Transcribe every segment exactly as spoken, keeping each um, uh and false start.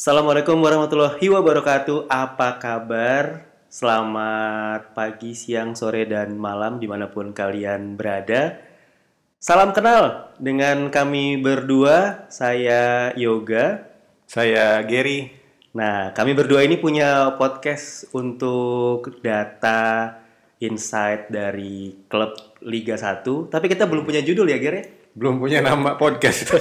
Assalamualaikum warahmatullahi wabarakatuh. Apa kabar? Selamat pagi, siang, sore, dan malam dimanapun kalian berada. Salam kenal dengan kami berdua. Saya Yoga. Saya Gary. Nah, kami berdua ini punya podcast untuk data insight dari klub Liga satu. Tapi kita belum punya judul ya, Gary? Belum punya nama podcast.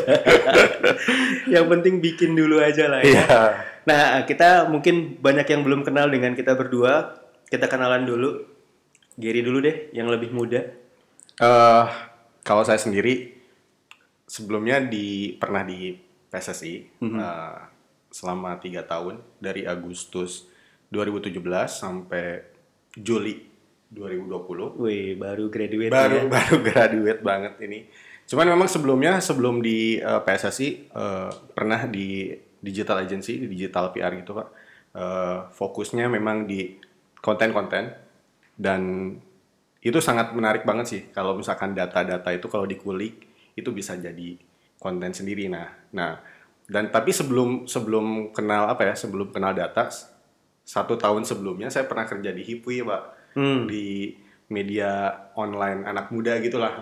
Yang penting bikin dulu aja lah ya. Iya. Nah, kita mungkin banyak yang belum kenal dengan kita berdua. Kita kenalan dulu. Gary dulu deh, yang lebih muda. Eh, kalau saya sendiri sebelumnya di pernah di P S S I eh, selama tiga tahun dari Agustus dua ribu tujuh belas sampai Juli dua ribu dua puluh. Wih, baru graduate Baru ya. baru graduate banget ini. Cuman memang sebelumnya sebelum di eh, P S S I eh, pernah di digital agency, di digital P R gitu Pak. Eh, fokusnya memang di konten-konten dan itu sangat menarik banget sih kalau misalkan data-data itu kalau dikulik itu bisa jadi konten sendiri. Nah, nah dan tapi sebelum sebelum kenal apa ya sebelum kenal data satu tahun sebelumnya saya pernah kerja di Hipwi Pak, Hmm. di media online anak muda gitulah.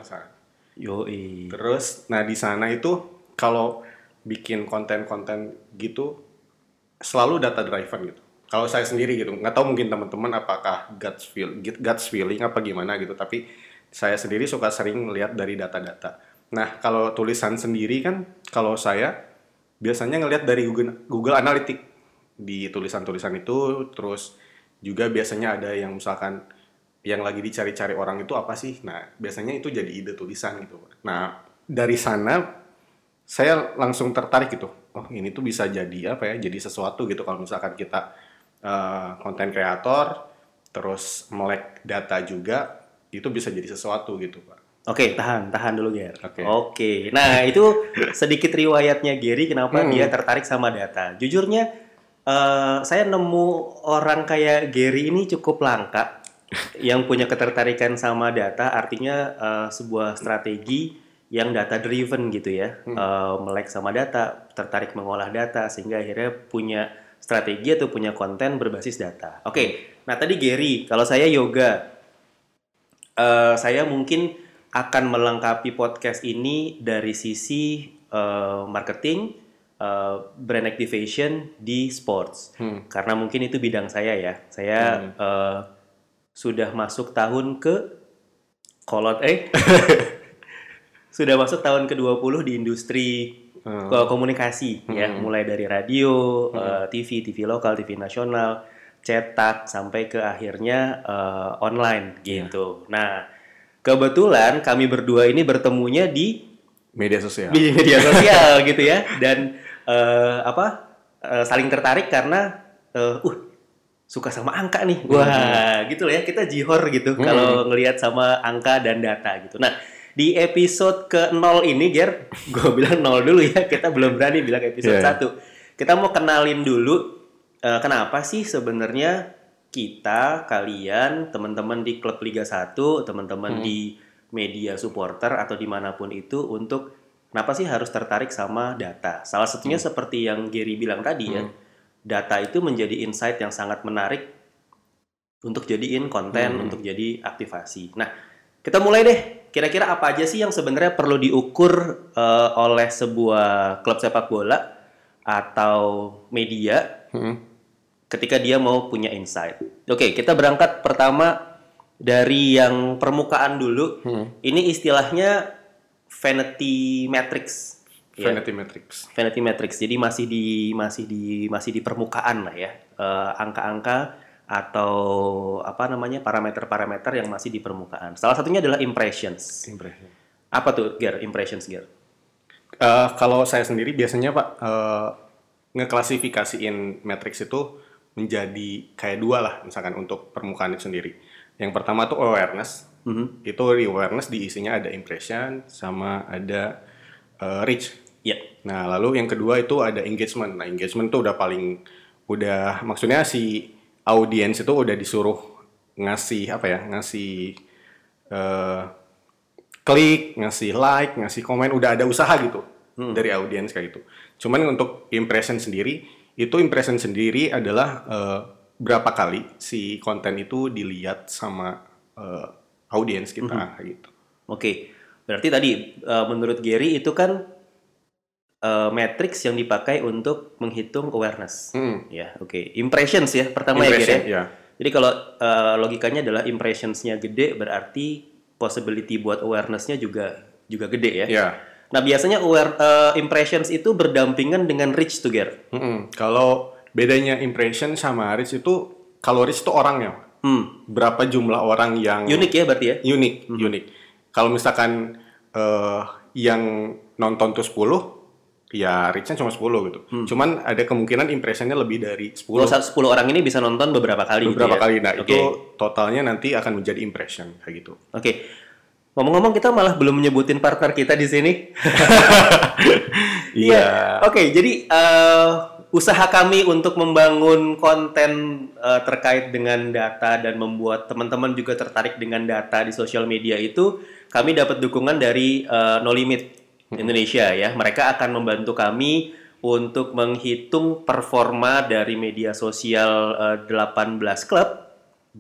Yoi. Terus, nah di sana itu kalau bikin konten-konten gitu selalu data driven gitu. Kalau saya sendiri gitu, nggak tahu mungkin teman-teman apakah guts feel, guts feeling apa gimana gitu. Tapi saya sendiri suka sering lihat dari data-data. Nah kalau tulisan sendiri kan, kalau saya biasanya ngelihat dari Google, Google Analytics di tulisan-tulisan itu. Terus juga biasanya ada yang misalkan yang lagi dicari-cari orang itu apa sih? Nah, biasanya itu jadi ide tulisan gitu. Nah, dari sana saya langsung tertarik gitu. Oh, ini tuh bisa jadi apa ya? Jadi sesuatu gitu kalau misalkan kita konten uh, kreator terus melek data juga itu bisa jadi sesuatu gitu, Pak. Oke, tahan, tahan dulu, Ger. Oke. Oke. Nah, itu sedikit riwayatnya Gary kenapa Hmm. dia tertarik sama data. Jujurnya, eh, saya nemu orang kayak Gary ini cukup langka yang punya ketertarikan sama data, artinya eh, sebuah strategi yang data driven gitu ya. Eh, melek sama data, tertarik mengolah data sehingga akhirnya punya strategi atau punya konten berbasis data. Oke. Nah, tadi Gary, kalau saya Yoga, eh, saya mungkin akan melengkapi podcast ini dari sisi eh, marketing, eh, brand activation di sports. Karena mungkin itu bidang saya ya. Saya eh, sudah masuk tahun ke kolot eh sudah masuk tahun ke dua puluh di industri ke komunikasi ya, mulai dari radio, eh, T V, T V lokal, T V nasional, cetak sampai ke akhirnya eh, online gitu. Nah, kebetulan kami berdua ini bertemunya di Media sosial. di media sosial gitu ya, dan eh, apa eh, saling tertarik karena eh, uh suka sama angka nih. Wah, gitu lah ya, kita jihor gitu kalau ngelihat sama angka dan data gitu. Nah, di episode ke nol ini, Ger, gue bilang nol dulu ya, kita belum berani bilang episode Yeah. satu. Kita mau kenalin dulu eh, kenapa sih sebenarnya kita, kalian, teman-teman di klub Liga satu, teman-teman di media supporter atau dimanapun itu, untuk kenapa sih harus tertarik sama data. Salah satunya seperti yang Gary bilang tadi ya, data itu menjadi insight yang sangat menarik untuk jadiin konten, untuk jadi aktivasi. Nah, kita mulai deh. Kira-kira apa aja sih yang sebenarnya perlu diukur eh, oleh sebuah klub sepak bola atau media ketika dia mau punya insight? Oke, kita berangkat pertama dari yang permukaan dulu. Ini istilahnya vanity metrics. Ya. Vanity metrics. Vanity metrics. Jadi masih di masih di masih di permukaan lah ya. Eh, angka-angka atau apa namanya parameter-parameter yang masih di permukaan. Salah satunya adalah impressions. Impression. Apa tuh, Ger? Impressions, Ger? Eh, kalau saya sendiri biasanya Pak eh, ngeklasifikasiin matriks itu menjadi kayak dua lah, misalkan untuk permukaan itu sendiri. Yang pertama tuh awareness. Itu di awareness diisinya ada impression sama ada eh, reach. Ya. Nah lalu yang kedua itu ada engagement. Nah engagement tuh udah paling udah maksudnya si audiens itu udah disuruh ngasih apa ya ngasih eh, klik, ngasih like, ngasih komen, udah ada usaha gitu dari audiens kayak gitu. Cuman untuk impression sendiri itu impression sendiri adalah uh, berapa kali si konten itu dilihat sama uh, audiens kita mm-hmm. gitu. Oke, berarti tadi uh, menurut Gary itu kan uh, matrix yang dipakai untuk menghitung awareness. Mm. Ya, oke. Okay. Impressions ya pertama Impression, ya Gary. Ya. Jadi kalau uh, logikanya adalah impressionsnya gede, berarti possibility buat awareness-nya juga juga gede ya. Yeah. Nah biasanya aware, uh, impressions itu berdampingan dengan reach tuh Ger. Mm-hmm. Kalau bedanya impression sama reach itu, kalau reach itu orangnya. Hmm. Berapa jumlah orang yang unik ya berarti ya? Unik, hmm. unik. Kalau misalkan uh, yang nonton tuh sepuluh, ya reach-nya cuma sepuluh gitu. Hmm. Cuman ada kemungkinan impression-nya lebih dari sepuluh. Kalau sepuluh orang ini bisa nonton beberapa kali beberapa gitu ya? kali. Nah, okay. Itu totalnya nanti akan menjadi impression kayak gitu. Oke. Okay. Ngomong-ngomong kita malah belum menyebutin partner kita di sini. Iya. yeah. Oke, okay, jadi uh, usaha kami untuk membangun konten uh, terkait dengan data dan membuat teman-teman juga tertarik dengan data di sosial media itu, kami dapat dukungan dari uh, No Limit Indonesia ya. Mereka akan membantu kami untuk menghitung performa dari media sosial uh, delapan belas klub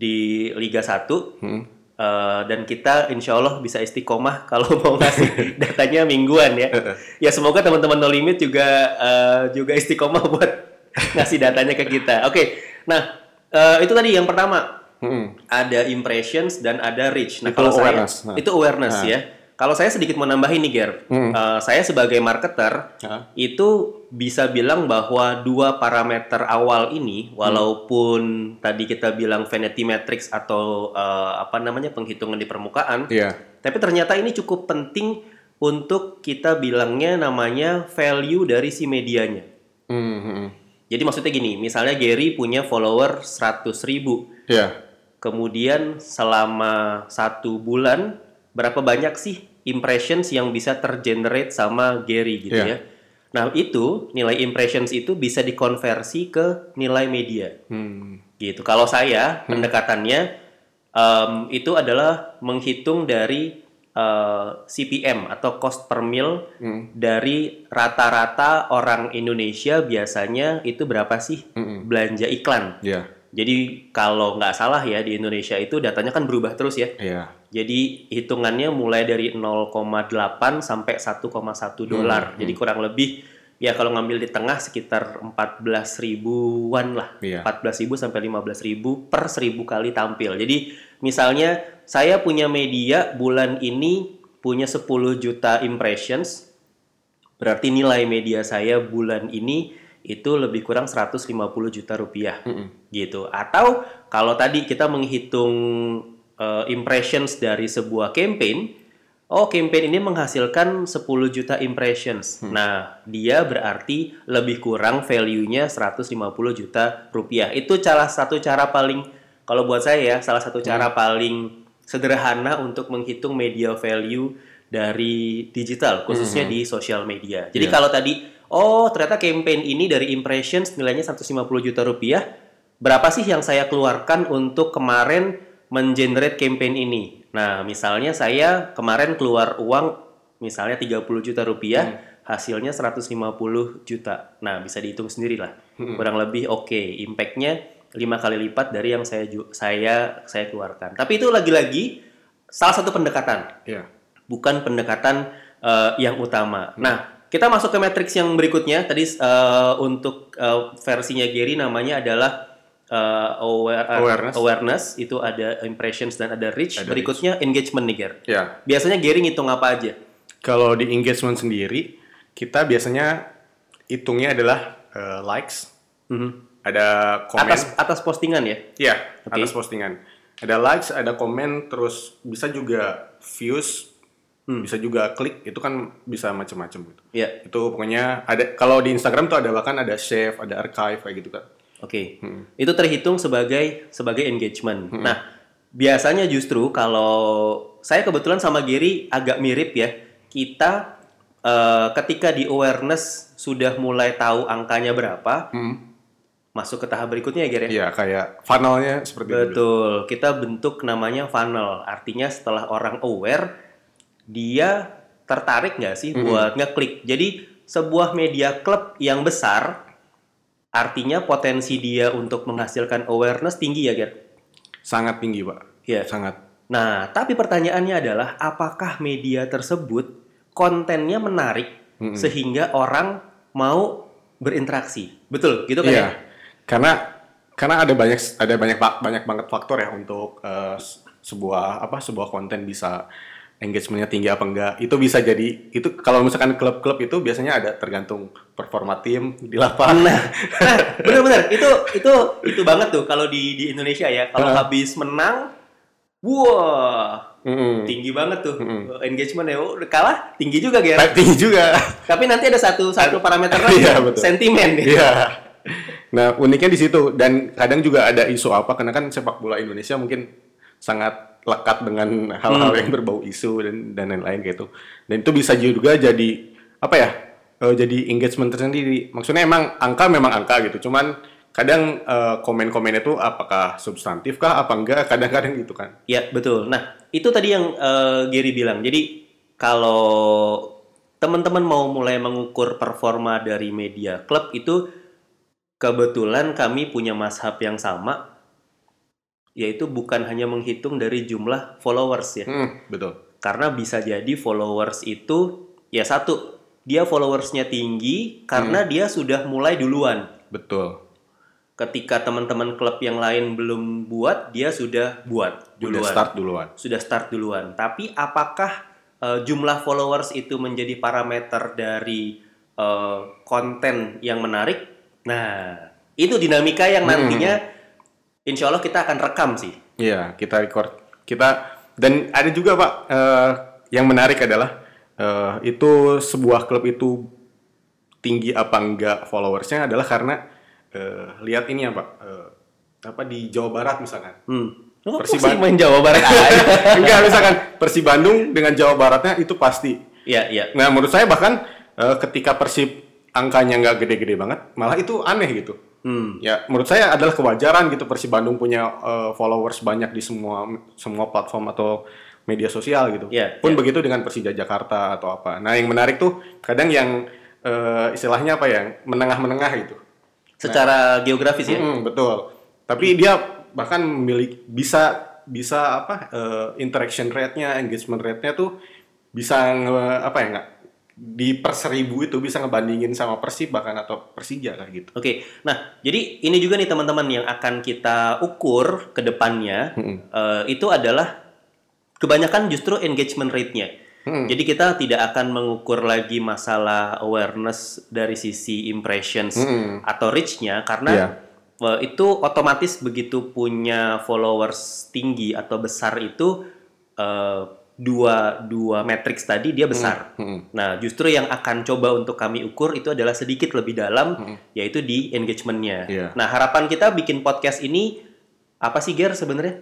di Liga satu. Hmm. Uh, dan kita insya Allah bisa istiqomah kalau mau ngasih datanya mingguan ya. Ya semoga teman-teman No Limit juga uh, juga istiqomah buat ngasih datanya ke kita. Oke, okay. Nah uh, itu tadi yang pertama. Hmm. Ada impressions dan ada reach. Nah itu kalau awareness. saya nah. itu awareness nah. ya. Kalau saya sedikit mau nambahin nih Ger, hmm. uh, saya sebagai marketer huh? itu bisa bilang bahwa dua parameter awal ini, walaupun hmm. tadi kita bilang vanity metrics atau uh, apa namanya penghitungan di permukaan, yeah. tapi ternyata ini cukup penting untuk kita bilangnya namanya value dari si medianya. Hmm. Jadi maksudnya gini, misalnya Gary punya follower seratus ribu, yeah. kemudian selama satu bulan berapa banyak sih impressions yang bisa tergenerate sama Gary gitu yeah. ya. Nah itu nilai impressions itu bisa dikonversi ke nilai media. Hmm. Gitu. Kalau saya hmm. pendekatannya um, itu adalah menghitung dari uh, C P M atau cost per mil hmm. dari rata-rata orang Indonesia biasanya itu berapa sih hmm. belanja iklan. Yeah. Jadi kalau nggak salah ya di Indonesia itu datanya kan berubah terus ya. Yeah. Jadi hitungannya mulai dari nol koma delapan sampai satu koma satu dolar. Hmm, Jadi hmm. kurang lebih ya kalau ngambil di tengah sekitar empat belas ribuan lah. Yeah. empat belas ribu sampai lima belas ribu per seribu kali tampil. Jadi misalnya saya punya media bulan ini punya sepuluh juta impressions. Berarti nilai media saya bulan ini itu lebih kurang seratus lima puluh juta rupiah. Mm-hmm. Gitu. Atau kalau tadi kita menghitung Uh, impressions dari sebuah campaign, oh campaign ini menghasilkan sepuluh juta impressions. Hmm. Nah, dia berarti lebih kurang value-nya seratus lima puluh juta rupiah. Itu salah satu cara paling, kalau buat saya ya, salah satu cara hmm. paling sederhana untuk menghitung media value dari digital, khususnya hmm. di sosial media. Jadi yeah. kalau tadi, oh ternyata campaign ini dari impressions nilainya seratus lima puluh juta rupiah, berapa sih yang saya keluarkan untuk kemarin mengenerate campaign ini. Nah, misalnya saya kemarin keluar uang misalnya tiga puluh juta rupiah, hmm. hasilnya seratus lima puluh juta. Nah, bisa dihitung sendiri lah. Hmm. Kurang lebih oke, okay. Impact-nya lima kali lipat dari yang saya saya saya keluarkan. Tapi itu lagi-lagi salah satu pendekatan. Yeah. Bukan pendekatan uh, yang utama. Hmm. Nah, kita masuk ke matriks yang berikutnya. Tadi uh, untuk uh, versinya Gary namanya adalah Uh, aware, uh, awareness. awareness itu ada impressions dan ada reach. Ada berikutnya reach. Engagement nih Ger. Yeah. Biasanya Gary ngitung apa aja? Kalau di engagement sendiri kita biasanya hitungnya adalah uh, likes, mm-hmm. ada komen atas atas postingan ya? Iya, okay. atas postingan. Ada likes, ada komen, terus bisa juga views, hmm. bisa juga klik. Itu kan bisa macam-macam gitu. Iya. Yeah. Itu pokoknya ada. Kalau di Instagram tuh ada bahkan ada save, ada archive kayak gitu kan. Oke, okay. hmm. itu terhitung sebagai sebagai engagement. Hmm. Nah, biasanya justru kalau saya kebetulan sama Gary agak mirip ya. Kita uh, ketika di awareness sudah mulai tahu angkanya berapa, hmm. masuk ke tahap berikutnya ya Gary. Iya, kayak funnelnya seperti itu. Betul, kita bentuk namanya funnel. Artinya setelah orang aware, dia tertarik nggak sih hmm. buat ngeklik. Jadi sebuah media klub yang besar Artinya potensi dia untuk menghasilkan awareness tinggi ya, Ger? Sangat tinggi, Pak. Iya. Sangat. Nah, tapi pertanyaannya adalah apakah media tersebut kontennya menarik Mm-mm. sehingga orang mau berinteraksi? Betul, gitu kan Iya. ya? Karena karena ada banyak ada banyak banyak banget faktor ya untuk uh, sebuah apa sebuah konten bisa engagementnya tinggi apa enggak. Itu bisa jadi itu kalau misalkan klub-klub itu biasanya ada tergantung performa tim di lapangan. Nah, nah benar-benar itu itu itu banget tuh kalau di di Indonesia ya. Kalau Uh. habis menang, wah, Mm-mm. tinggi banget tuh Mm-mm. engagement ya. Udah kalah, tinggi juga Ger. Tinggi juga. Tapi nanti ada satu satu parameter lagi, Iya, betul. sentimen. Iya. Nah, uniknya di situ dan kadang juga ada isu apa karena kan sepak bola Indonesia mungkin sangat lekat dengan hal-hal Hmm. yang berbau isu dan dan lain-lain kayak itu. Dan itu bisa juga jadi apa ya? eh, jadi engagement tersendiri. Maksudnya emang angka memang angka gitu. Cuman kadang eh, komen-komen itu apakah substantif kah apa enggak? Kadang-kadang gitu kan. Ya, betul. Nah, itu tadi yang eh, Gary bilang. Jadi kalau teman-teman mau mulai mengukur performa dari media klub itu kebetulan kami punya mazhab yang sama, yaitu bukan hanya menghitung dari jumlah followers ya. Hmm, betul. Karena bisa jadi followers itu, ya satu, dia followersnya tinggi karena dia sudah mulai duluan. Betul. Ketika teman-teman klub yang lain belum buat, dia sudah buat duluan. Udah start duluan. Sudah start duluan. Tapi apakah uh, jumlah followers itu menjadi parameter dari uh, konten yang menarik? Nah, itu dinamika yang nantinya hmm. insya Allah kita akan rekam sih. Iya, kita record. Kita dan ada juga Pak, uh, yang menarik adalah uh, itu sebuah klub itu tinggi apa enggak followersnya adalah karena uh, lihat ini ya Pak, uh, apa di Jawa Barat misalkan. Hmm. Oh, Persib Persib main Jawa Barat aja. Enggak, misalkan Persib Bandung dengan Jawa Baratnya itu pasti. Iya, iya. Nah, menurut saya bahkan uh, ketika Persib angkanya nggak gede-gede banget, malah itu aneh gitu. Hmm. Ya, menurut saya adalah kewajaran gitu Persib Bandung punya uh, followers banyak di semua semua platform atau media sosial gitu. Yeah, Pun yeah. begitu dengan Persija Jakarta atau apa. Nah, yang menarik tuh kadang yang uh, istilahnya apa ya, menengah-menengah gitu. Secara nah, geografis ya. Mm, betul. Tapi hmm. dia bahkan memiliki bisa bisa apa uh, interaction rate-nya, engagement rate-nya tuh bisa nge, apa ya nggak di per seribu itu bisa ngebandingin sama Persib bahkan atau Persija lah gitu. Oke, nah jadi ini juga nih teman-teman yang akan kita ukur ke depannya mm-hmm. uh, itu adalah kebanyakan justru engagement rate-nya. Mm-hmm. Jadi kita tidak akan mengukur lagi masalah awareness dari sisi impressions mm-hmm. atau reach-nya karena yeah. uh, itu otomatis begitu punya followers tinggi atau besar itu uh, dua dua matriks tadi dia besar. Hmm, hmm. Nah, justru yang akan coba untuk kami ukur itu adalah sedikit lebih dalam, hmm. yaitu di engagement-nya. Yeah. Nah, harapan kita bikin podcast ini apa sih, Ger sebenarnya?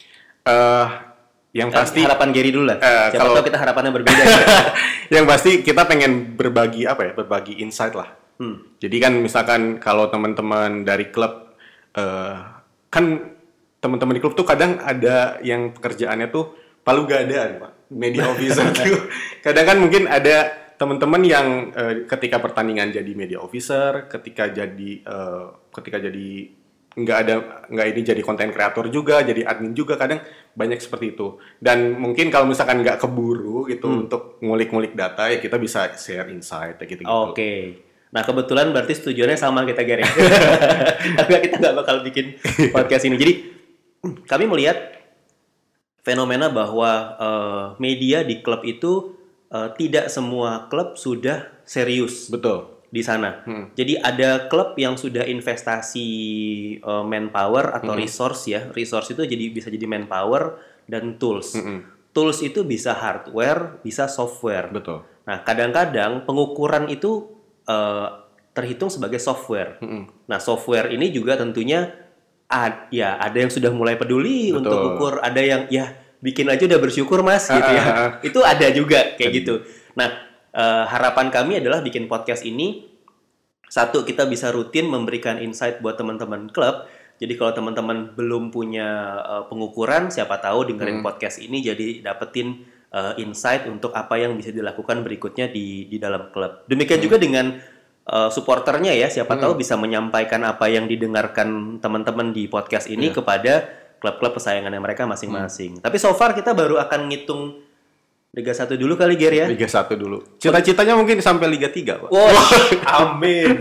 Uh, yang pasti harapan Gary dulu lah. Uh, Siapa kalau, tahu kita harapannya berbeda. Yang pasti kita pengen berbagi apa ya? Berbagi insight lah. Hmm. Jadi kan misalkan kalau teman-teman dari klub, uh, kan teman-teman di klub tuh kadang ada yang pekerjaannya tuh palu gada, Pak, media officer tuh. Kadang kan mungkin ada teman-teman yang uh, ketika pertandingan jadi media officer, ketika jadi uh, ketika jadi nggak ada nggak ini jadi konten kreator juga, jadi admin juga kadang banyak seperti itu. Dan mungkin kalau misalkan nggak keburu gitu hmm. untuk ngulik-ngulik data ya kita bisa share insight kayak gitu-gitu. Oke. Okay. Nah kebetulan berarti tujuannya sama kita Gary. Tapi kita nggak bakal bikin podcast ini. Jadi kami melihat fenomena bahwa uh, media di klub itu uh, tidak semua klub sudah serius. Betul. Di sana. Hmm. Jadi ada klub yang sudah investasi uh, manpower atau hmm. resource ya. Resource itu jadi bisa jadi manpower dan tools. Hmm. Tools itu bisa hardware, bisa software. Betul. Nah, kadang-kadang pengukuran itu uh, terhitung sebagai software. Hmm. Nah, software ini juga tentunya Ad, ya ada yang sudah mulai peduli Betul. Untuk ukur, ada yang ya bikin aja udah bersyukur mas gitu ya. Uh, itu ada juga kayak gitu. Nah uh, harapan kami adalah bikin podcast ini satu kita bisa rutin memberikan insight buat teman-teman klub. Jadi kalau teman-teman belum punya uh, pengukuran, siapa tahu dengerin hmm. podcast ini jadi dapetin uh, insight untuk apa yang bisa dilakukan berikutnya di di dalam klub. Demikian hmm. juga dengan uh, supporternya ya, siapa Hmm. tahu bisa menyampaikan apa yang didengarkan teman-teman di podcast ini Iya. kepada klub-klub kesayangannya mereka masing-masing. Tapi so far kita baru akan ngitung Liga satu dulu kali Ger ya. Liga satu dulu. Cita-citanya mungkin sampai Liga tiga, Pak. Wow, amin.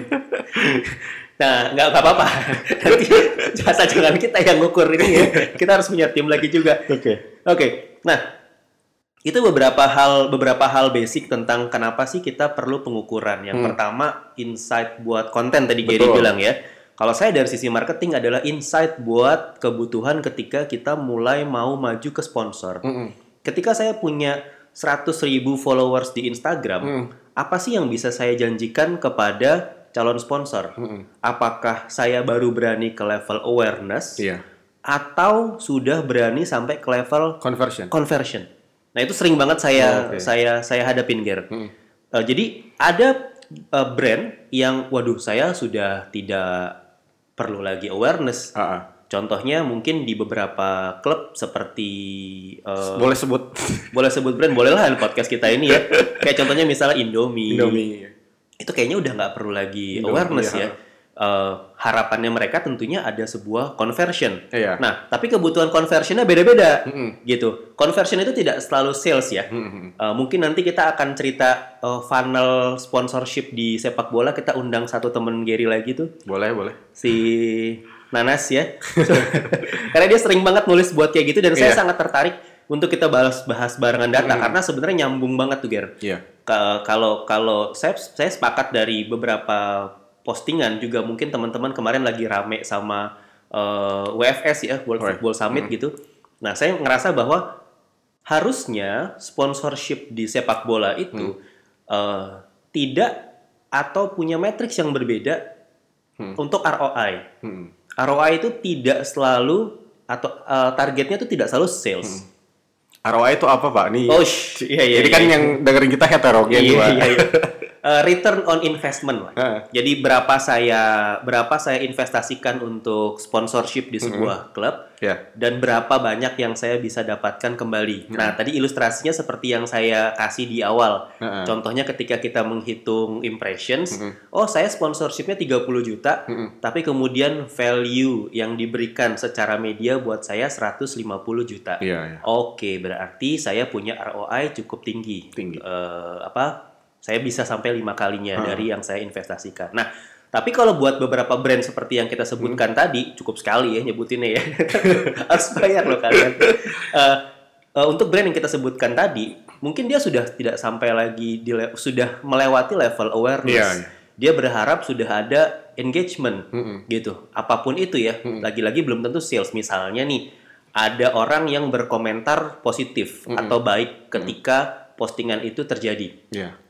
Nah, nggak nggak apa-apa. Nanti jasa jangan kita yang ngukur ini ya. Kita harus punya tim lagi juga. Oke. Oke. Nah, itu beberapa hal beberapa hal basic tentang kenapa sih kita perlu pengukuran. Yang Hmm. pertama, insight buat konten tadi Gary Betul. bilang ya. Kalau saya dari sisi marketing adalah insight buat kebutuhan ketika kita mulai mau maju ke sponsor. Mm-mm. Ketika saya punya seratus ribu followers di Instagram, Hmm. apa sih yang bisa saya janjikan kepada calon sponsor? Mm-mm. Apakah saya baru berani ke level awareness Iya. atau sudah berani sampai ke level Conversion. conversion? Nah, itu sering banget saya Oh, oke. saya saya hadapin, Ger. Mm. Eh, jadi ada eh, brand yang waduh saya sudah tidak perlu lagi awareness. Ah, ah. Contohnya mungkin di beberapa klub seperti eh, Boleh sebut boleh sebut brand, boleh lah di podcast kita ini ya. Kayak contohnya misalnya Indomie. Indomie. Itu kayaknya udah nggak perlu lagi Indomie, awareness iya. ya. Eh, harapannya mereka tentunya ada sebuah conversion. Iya. Nah, tapi kebutuhan conversionnya beda-beda, Mm-mm. gitu. Conversion itu tidak selalu sales ya. Mm-mm. Eh, mungkin nanti kita akan cerita eh, funnel sponsorship di sepak bola. Kita undang satu temen Gary lagi tuh, Boleh, boleh. si Nanas ya. Karena dia sering banget nulis buat kayak gitu dan saya Iya. sangat tertarik untuk kita bahas bahas barengan data karena sebenarnya nyambung banget tuh Ger. Iya. Ka- Kalau kalau saya saya sepakat dari beberapa postingan juga mungkin teman-teman kemarin lagi rame sama eh, W F S ya, World Oh, iya. Football Summit gitu. Nah, saya ngerasa bahwa harusnya sponsorship di sepak bola itu eh, tidak atau punya matriks yang berbeda untuk R O I. Mm-mm. R O I itu tidak selalu atau eh, targetnya itu tidak selalu sales. R O I itu apa, Pak? Nih. Oh, sh- iya iya. Jadi iya, kan iya. yang dengerin kita heterogen, Iya, Pak. iya, iya. Eh, return on investment lah. Heeh. Jadi berapa saya berapa saya investasikan untuk sponsorship di sebuah klub Ya. dan berapa banyak yang saya bisa dapatkan kembali. Nah, tadi ilustrasinya seperti yang saya kasih di awal. Heeh. Contohnya ketika kita menghitung impressions, oh saya sponsorshipnya tiga puluh juta, tapi kemudian value yang diberikan secara media buat saya seratus lima puluh juta. Iya, iya. Oke, berarti saya punya R O I cukup tinggi. Tinggi. Eh, apa? Saya bisa sampai lima kalinya dari yang saya investasikan. Nah, tapi kalau buat beberapa brand seperti yang kita sebutkan tadi, cukup sekali ya nyebutinnya ya. Harus bayar loh kalian. Eh, eh, untuk brand yang kita sebutkan tadi, mungkin dia sudah tidak sampai lagi di le- sudah melewati level awareness. Iya, iya. Dia berharap sudah ada engagement Mm-mm. gitu. Apapun itu ya. Lagi-lagi belum tentu sales. Misalnya nih, ada orang yang berkomentar positif atau baik ketika postingan itu terjadi. Iya.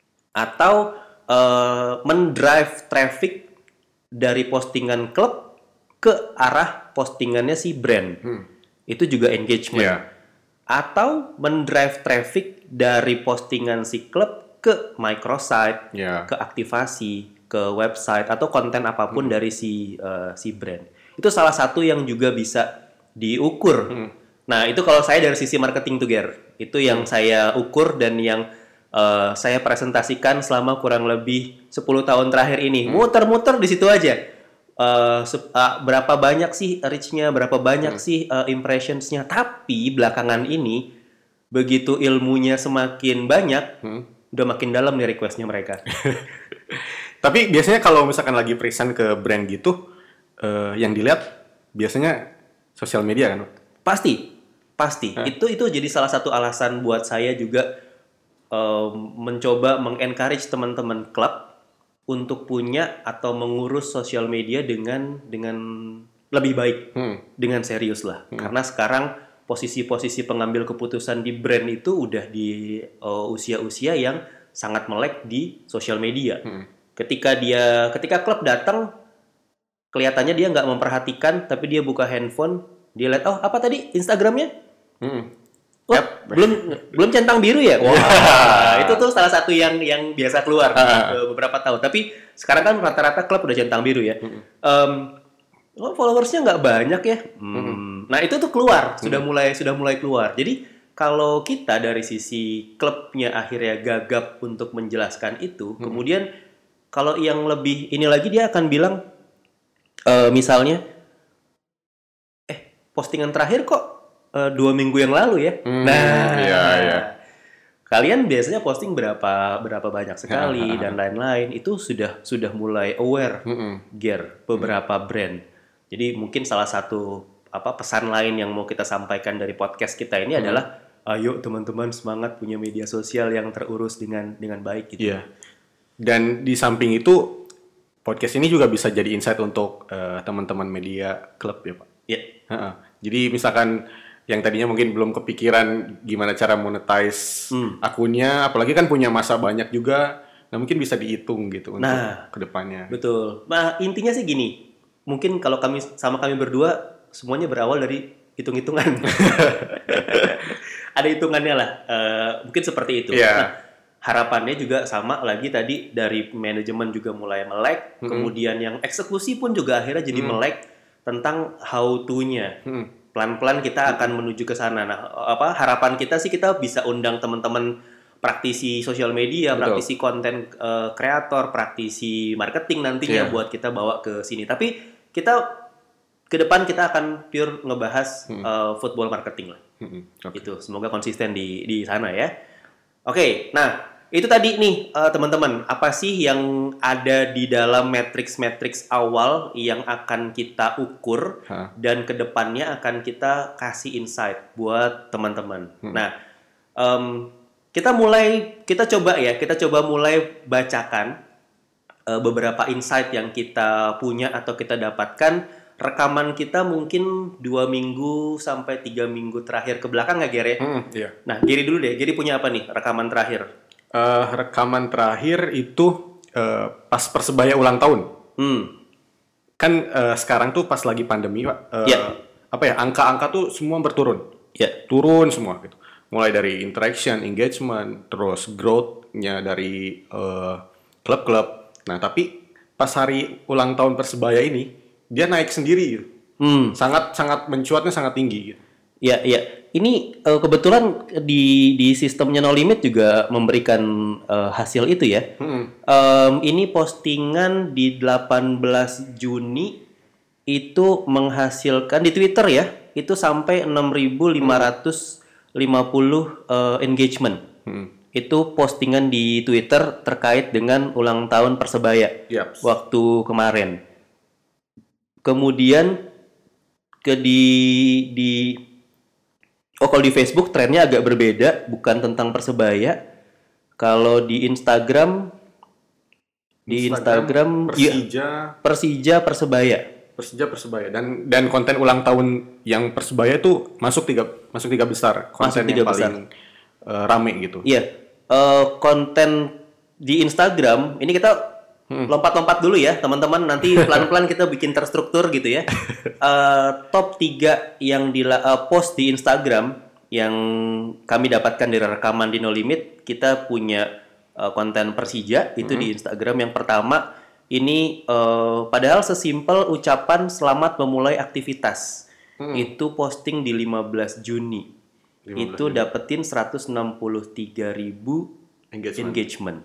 Atau eh, mendrive traffic dari postingan klub ke arah postingannya si brand. Itu juga engagement. Iya. Atau mendrive traffic dari postingan si klub ke microsite, Iya. ke aktivasi, ke website atau konten apapun dari si eh, si brand. Itu salah satu yang juga bisa diukur. Nah, itu kalau saya dari sisi marketing tuh, Ger. Itu yang saya ukur dan yang eh, saya presentasikan selama kurang lebih sepuluh tahun terakhir ini. Muter-muter di situ aja. Eh, se- ah, berapa banyak sih reach-nya, berapa banyak sih eh, impressions-nya. Tapi belakangan ini begitu ilmunya semakin banyak, udah makin dalam nih request-nya mereka. Tapi biasanya kalau misalkan lagi present ke brand gitu, eh, yang dilihat biasanya sosial media kan, Pak? Pasti, pasti. Itu itu jadi salah satu alasan buat saya juga um, mencoba mengencourage teman-teman klub untuk punya atau mengurus sosial media dengan dengan lebih baik, Hmm. dengan serius lah. Karena sekarang posisi-posisi pengambil keputusan di brand itu udah di uh, usia-usia yang sangat melek di sosial media. Ketika dia, ketika klub datang, kelihatannya dia nggak memperhatikan, tapi dia buka handphone, dia lihat, oh apa tadi Instagramnya? Hmm. Oh, Yap. belum belum centang biru ya? Wah, itu tuh salah satu yang yang biasa keluar uh, beberapa tahun. Tapi sekarang kan rata-rata klub udah centang biru ya. Em, oh, followersnya nggak banyak ya. Hmm. Nah itu tuh keluar, sudah mulai sudah mulai keluar. Jadi kalau kita dari sisi klubnya akhirnya gagap untuk menjelaskan itu, kemudian kalau yang lebih ini lagi dia akan bilang uh, misalnya eh postingan terakhir kok uh, dua minggu yang lalu ya. Hmm, nah, iya, iya. kalian biasanya posting berapa berapa banyak sekali dan lain-lain. Itu sudah sudah mulai aware Mm-mm. gear beberapa mm. brand. Jadi mungkin salah satu apa pesan lain yang mau kita sampaikan dari podcast kita ini mm. adalah ayo teman-teman semangat punya media sosial yang terurus dengan dengan baik gitu. Iya. Dan di samping itu podcast ini juga bisa jadi insight untuk uh, teman-teman media klub ya Pak. Iya. Uh-uh. Jadi misalkan yang tadinya mungkin belum kepikiran gimana cara monetize hmm. akunnya, apalagi kan punya masa banyak juga, nah mungkin bisa dihitung gitu untuk nah, kedepannya. Betul. Nah intinya sih gini, mungkin kalau kami sama kami berdua semuanya berawal dari hitung-hitungan. Ada hitungannya lah, uh, mungkin seperti itu. Yeah. Nah, harapannya juga sama lagi tadi dari manajemen juga mulai melek, mm-hmm. kemudian yang eksekusi pun juga akhirnya jadi mm-hmm. melek tentang how to-nya. Mm-hmm. Pelan-pelan kita akan menuju ke sana. Nah, apa harapan kita sih kita bisa undang teman-teman praktisi sosial media, betul. Praktisi konten kreator, uh, praktisi marketing nantinya yeah. buat kita bawa ke sini. Tapi kita ke depan kita akan pure ngebahas hmm. uh, football marketing lah. Hmm. Okay. Itu semoga konsisten di di sana ya. Oke, okay, nah itu tadi nih uh, teman-teman, apa sih yang ada di dalam matriks-matriks awal yang akan kita ukur huh? dan ke depannya akan kita kasih insight buat teman-teman. Hmm. Nah, um, kita mulai kita coba ya, kita coba mulai bacakan uh, beberapa insight yang kita punya atau kita dapatkan. Rekaman kita mungkin dua minggu sampai tiga minggu terakhir ke belakang nggak Gere? Hmm, iya. Nah, Gere dulu deh. Gere punya apa nih rekaman terakhir? Uh, rekaman terakhir itu uh, pas Persebaya ulang tahun. Hmm. Kan uh, sekarang tuh pas lagi pandemi, Pak. Uh, yeah. Apa ya? Angka-angka tuh semua berturun. Ya. Yeah. Turun semua gitu. Mulai dari interaction, engagement, terus growth-nya dari uh, klub-klub. Nah, tapi pas hari ulang tahun Persebaya ini dia naik sendiri gitu. Hmm. Sangat sangat mencuatnya sangat tinggi gitu. Ya, ya. Ini uh, kebetulan di di sistemnya No Limit juga memberikan uh, hasil itu ya. Hmm. Um, ini postingan di delapan belas Juni itu menghasilkan di Twitter ya, itu sampai enam ribu lima ratus lima puluh uh, engagement. Hmm. Itu postingan di Twitter terkait dengan ulang tahun Persebaya yep. waktu kemarin. Kemudian ke di di oh kalau di Facebook trennya agak berbeda, bukan tentang Persebaya. Kalau di Instagram di Instagram, Instagram Persija ya, Persija Persebaya. Persija Persebaya dan dan konten ulang tahun yang Persebaya itu masuk tiga masuk tiga besar, konten masuk tiga yang besar. paling uh, rame gitu. Iya. Uh, konten di Instagram ini kita Hmm. lompat-lompat dulu ya teman-teman, nanti pelan-pelan kita bikin terstruktur gitu ya. uh, top tiga yang di uh, post di Instagram yang kami dapatkan dari rekaman di No Limit, kita punya uh, konten Persija itu hmm. di Instagram. Yang pertama ini uh, padahal sesimpel ucapan selamat memulai aktivitas. Hmm. Itu posting di lima belas Juni. lima belas itu Juni. Dapetin seratus enam puluh tiga ribu engagement. engagement.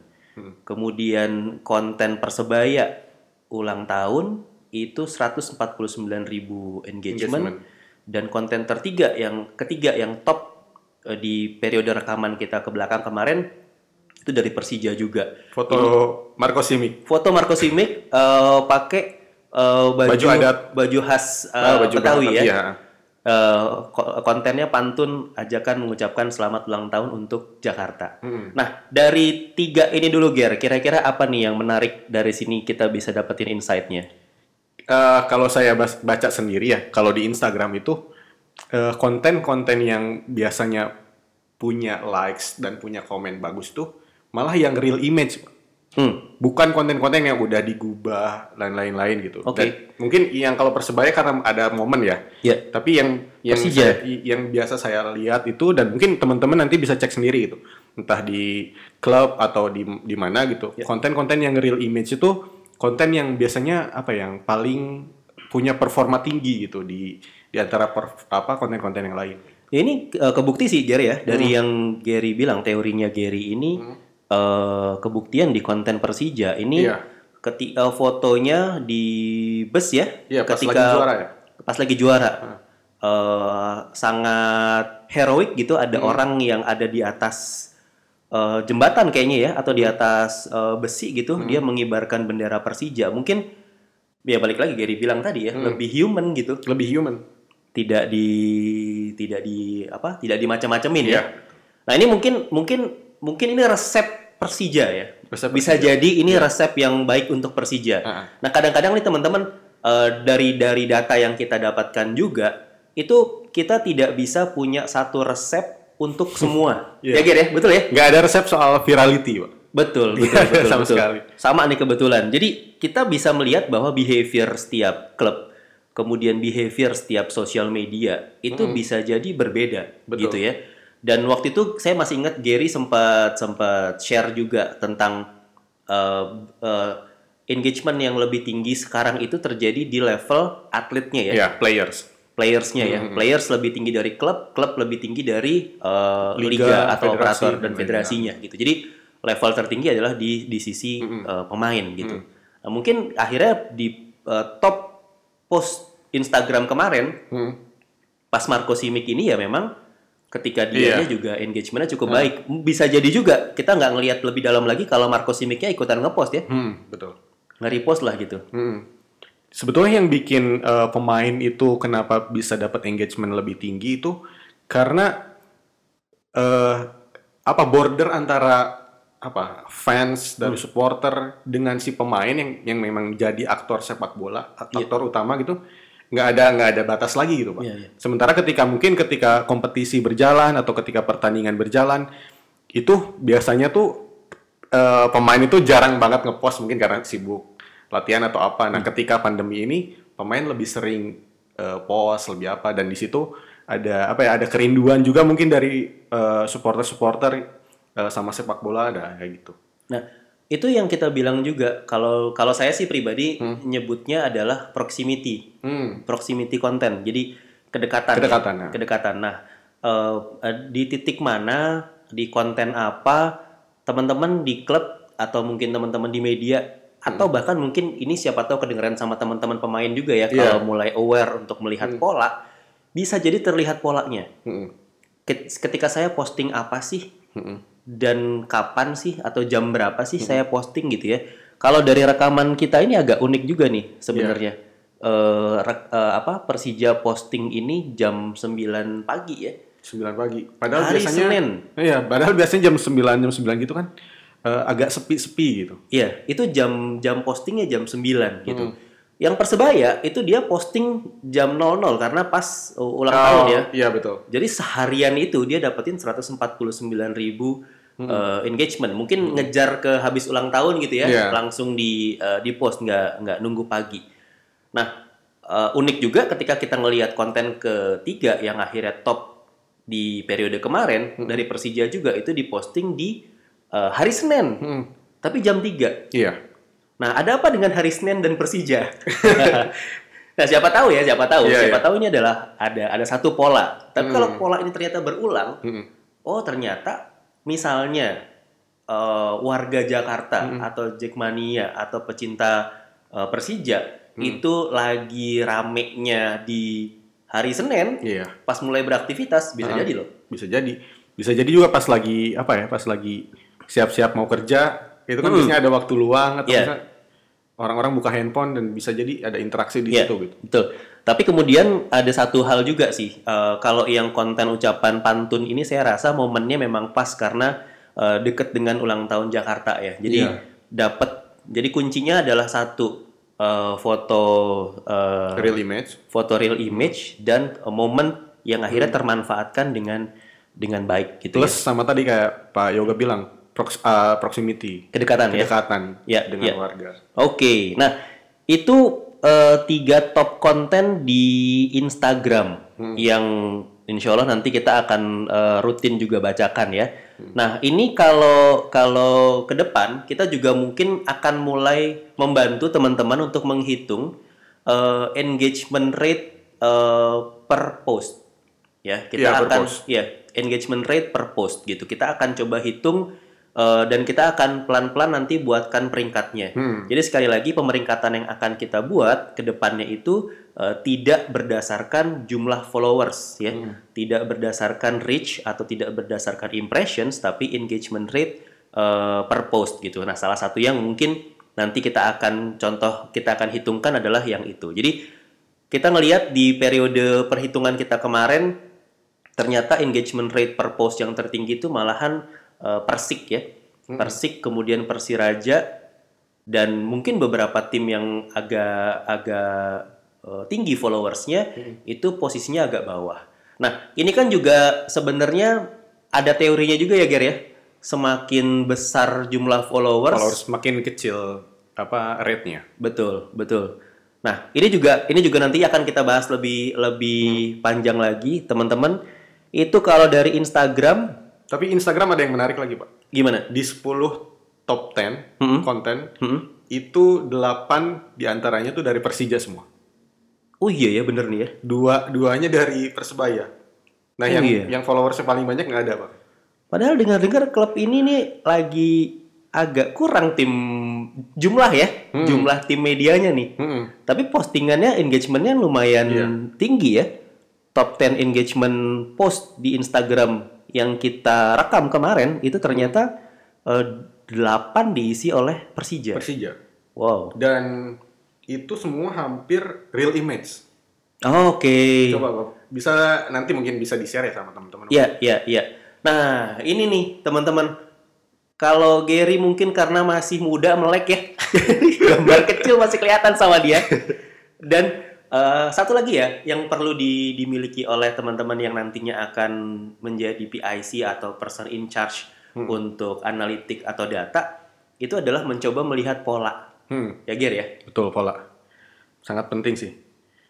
Kemudian konten Persebaya ulang tahun itu seratus empat puluh sembilan ribu engagement. engagement dan konten tertiga yang ketiga yang top uh, di periode rekaman kita ke belakang kemarin itu dari Persija juga. Foto ini, Marco Simic. Foto Marco Simic uh, pakai uh, baju, baju adat baju khas uh, oh, baju Betawi ya. ya. Uh, kontennya pantun ajakan mengucapkan selamat ulang tahun untuk Jakarta. Hmm. Nah, dari tiga ini dulu, Ger, kira-kira apa nih yang menarik dari sini kita bisa dapetin insight-nya? Uh, kalau saya baca sendiri ya, kalau di Instagram itu uh, konten-konten yang biasanya punya likes dan punya komen bagus tuh malah yang real image. Hmm. Bukan konten-konten yang udah digubah dan lain-lain gitu. Okay. Dan mungkin yang kalau Persebaya karena ada momen ya. Yeah. Tapi yang yang saya, yang biasa saya lihat itu dan mungkin teman-teman nanti bisa cek sendiri gitu. Entah di klub atau di di mana gitu. Yeah. Konten-konten yang real image itu konten yang biasanya apa yang paling punya performa tinggi gitu di di antara per, apa konten-konten yang lain. Ya, ini uh, kebukti sih Gary ya dari hmm. yang Gary bilang, teorinya Gary ini hmm. Uh, kebuktian di konten Persija ini yeah. ketika fotonya di bus ya, Iya, pas ketika lagi juara ya? pas lagi juara, eh, sangat heroik gitu. Ada orang yang ada di atas eh, jembatan kayaknya ya, atau di atas eh, besi gitu, dia mengibarkan bendera Persija. Mungkin ya balik lagi Gary bilang tadi ya, lebih human gitu, Lebih human. tidak di tidak di apa, tidak dimacam-macamin ya. Iya. Nah ini mungkin mungkin mungkin ini resep Persija ya. Resep Bisa Persija. jadi ini resep yang baik untuk Persija. Ah. Nah kadang-kadang nih teman-teman, eh, dari dari data yang kita dapatkan juga itu kita tidak bisa punya satu resep untuk semua. Iya. Ya Ger ya, betul ya? Nggak ada resep soal virality, Pak. Betul, betul, Iya, betul, sama betul. sekali. Sama nih kebetulan. Jadi kita bisa melihat bahwa behavior setiap klub, kemudian behavior setiap sosial media itu bisa jadi berbeda, Betul. gitu ya. Dan waktu itu saya masih ingat Gary sempat sempat share juga tentang uh, uh, engagement yang lebih tinggi sekarang itu terjadi di level atletnya ya, Iya, players. playersnya ya. Players lebih tinggi dari klub, klub lebih tinggi dari uh, liga, Liga, atau federasi, operator dan dan federasinya gitu. Jadi level tertinggi adalah di di sisi uh, pemain gitu. Nah, mungkin akhirnya di uh, top post Instagram kemarin Hmm. pas Marco Simic ini ya memang ketika dia Iya. juga engagementnya cukup baik. Bisa jadi juga kita nggak ngelihat lebih dalam lagi kalau Marco Simicnya ikutan ngepost ya, Hmm, betul. nge-repost lah gitu. Hmm. Sebetulnya yang bikin eh, pemain itu kenapa bisa dapat engagement lebih tinggi itu karena eh apa border antara apa fans dari supporter dengan si pemain yang yang memang jadi aktor sepak bola, aktor utama gitu, nggak ada nggak ada batas lagi gitu, Pak. Iya, iya. Sementara ketika mungkin ketika kompetisi berjalan atau ketika pertandingan berjalan itu biasanya tuh eh, pemain itu jarang banget ngepost mungkin karena sibuk latihan atau apa. Nah, ketika pandemi ini pemain lebih sering eh, post lebih apa dan di situ ada apa ya ada kerinduan juga mungkin dari eh, supporter-supporter eh, sama sepak bola ada kayak gitu. Nah, itu yang kita bilang juga kalau kalau saya sih pribadi nyebutnya adalah proximity. Hmm. Proximity content. Jadi kedekatan. Kedekatan, ya. ya. Kedekatan. Nah, eh, eh, di titik mana, di konten apa, teman-teman di klub atau mungkin teman-teman di media atau bahkan mungkin ini siapa tahu kedengeran sama teman-teman pemain juga ya, Iya. kalau mulai aware untuk melihat pola, bisa jadi terlihat polanya. Hmm. Ket- Ketika saya posting apa sih? Hmm. Dan kapan sih atau jam berapa sih saya posting gitu ya. Kalau dari rekaman kita ini agak unik juga nih sebenarnya. Eh, rek- eh, apa Persija posting ini jam sembilan pagi ya. sembilan pagi. Padahal Hari biasanya Senin. Iya, padahal biasanya jam sembilan jam sembilan gitu kan eh, agak sepi-sepi gitu. Iya, itu jam jam postingnya jam sembilan gitu. Yang Persebaya itu dia posting jam nol nol karena pas uh, ulang tahun ya. Iya, betul. Jadi seharian itu dia dapetin seratus empat puluh sembilan ribu uh, engagement. Mungkin ngejar ke habis ulang tahun gitu ya, Iya. langsung di uh, di post nggak nggak nunggu pagi. Nah uh, unik juga ketika kita ngelihat konten ketiga yang akhirnya top di periode kemarin dari Persija juga itu diposting di uh, hari Senin, tapi jam tiga. Iya. Nah, ada apa dengan hari Senin dan Persija? Nah, siapa tahu ya, siapa tahu. Iya, siapa iya. tahu ini adalah ada ada satu pola. Tapi kalau pola ini ternyata berulang, Hmm. oh ternyata misalnya eh, warga Jakarta atau Jackmania atau pecinta eh, Persija itu lagi ramenya di hari Senin, Iya. pas mulai beraktivitas bisa Ah. jadi loh. Bisa jadi. Bisa jadi juga pas lagi apa ya? Pas lagi siap-siap mau kerja, itu kan biasanya ada waktu luang atau Iya. misalnya orang-orang buka handphone dan bisa jadi ada interaksi di Iya, situ gitu. betul. Tapi kemudian ada satu hal juga sih, eh, kalau yang konten ucapan pantun ini saya rasa momennya memang pas karena eh, deket dengan ulang tahun Jakarta ya. Jadi Iya. dapat, jadi kuncinya adalah satu eh, foto eh, Real image. foto real image dan eh, momen yang akhirnya termanfaatkan dengan dengan baik gitu Plus ya. sama tadi kayak Pak Yoga bilang prox- uh, proximity, Kedekatan ya. kedekatan Ya, dengan ya. warga. Oke, nah itu eh, tiga top konten di Instagram yang insya Allah nanti kita akan eh, rutin juga bacakan ya. Nah ini kalau kalau ke depan kita juga mungkin akan mulai membantu teman-teman untuk menghitung eh, engagement rate eh, per post. Ya kita Iya, per akan post. ya engagement rate per post gitu. Kita akan coba hitung uh, dan kita akan pelan-pelan nanti buatkan peringkatnya. Hmm. Jadi sekali lagi pemeringkatan yang akan kita buat ke depannya itu uh, tidak berdasarkan jumlah followers ya, hmm. tidak berdasarkan reach atau tidak berdasarkan impressions, tapi engagement rate uh, per post gitu. Nah, salah satu yang mungkin nanti kita akan contoh kita akan hitungkan adalah yang itu. Jadi kita ngelihat di periode perhitungan kita kemarin, ternyata engagement rate per post yang tertinggi itu malahan uh, Persik ya. Hmm. Persik, kemudian Persiraja, dan mungkin beberapa tim yang agak agak uh, tinggi followersnya, hmm. itu posisinya agak bawah. Nah, ini kan juga sebenarnya ada teorinya juga ya, Ger ya. Semakin besar jumlah followers, followers semakin kecil apa rate-nya. Betul, betul. Nah, ini juga ini juga nanti akan kita bahas lebih lebih hmm. panjang lagi, teman-teman. Itu kalau dari Instagram. Tapi Instagram ada yang menarik lagi, Pak. Gimana? Di sepuluh top sepuluh hmm. konten, hmm. itu delapan diantaranya tuh dari Persija semua. Oh iya ya, bener nih ya. Dua duanya dari Persebaya. Nah, oh, yang iya. yang followersnya paling banyak nggak ada, Pak. Padahal dengar-dengar klub ini nih lagi agak kurang tim jumlah ya, hmm. jumlah tim medianya nih. Hmm. Tapi postingannya, engagementnya lumayan yeah. tinggi ya. Top sepuluh engagement post di Instagram yang kita rekam kemarin itu ternyata uh, delapan diisi oleh Persija. Persija. Wow. Dan itu semua hampir real image. Oh, oke. Okay. Coba Bob, bisa nanti mungkin bisa di-share ya sama teman-teman. Iya, iya, iya. Nah, ini nih teman-teman. Kalau Gary mungkin karena masih muda melek ya, gambar kecil masih kelihatan sama dia. Dan uh, satu lagi ya, yang perlu di, dimiliki oleh teman-teman yang nantinya akan menjadi P I C atau person in charge hmm. untuk analitik atau data, itu adalah mencoba melihat pola. Hmm. Ya Gary ya? Betul, pola. Sangat penting sih.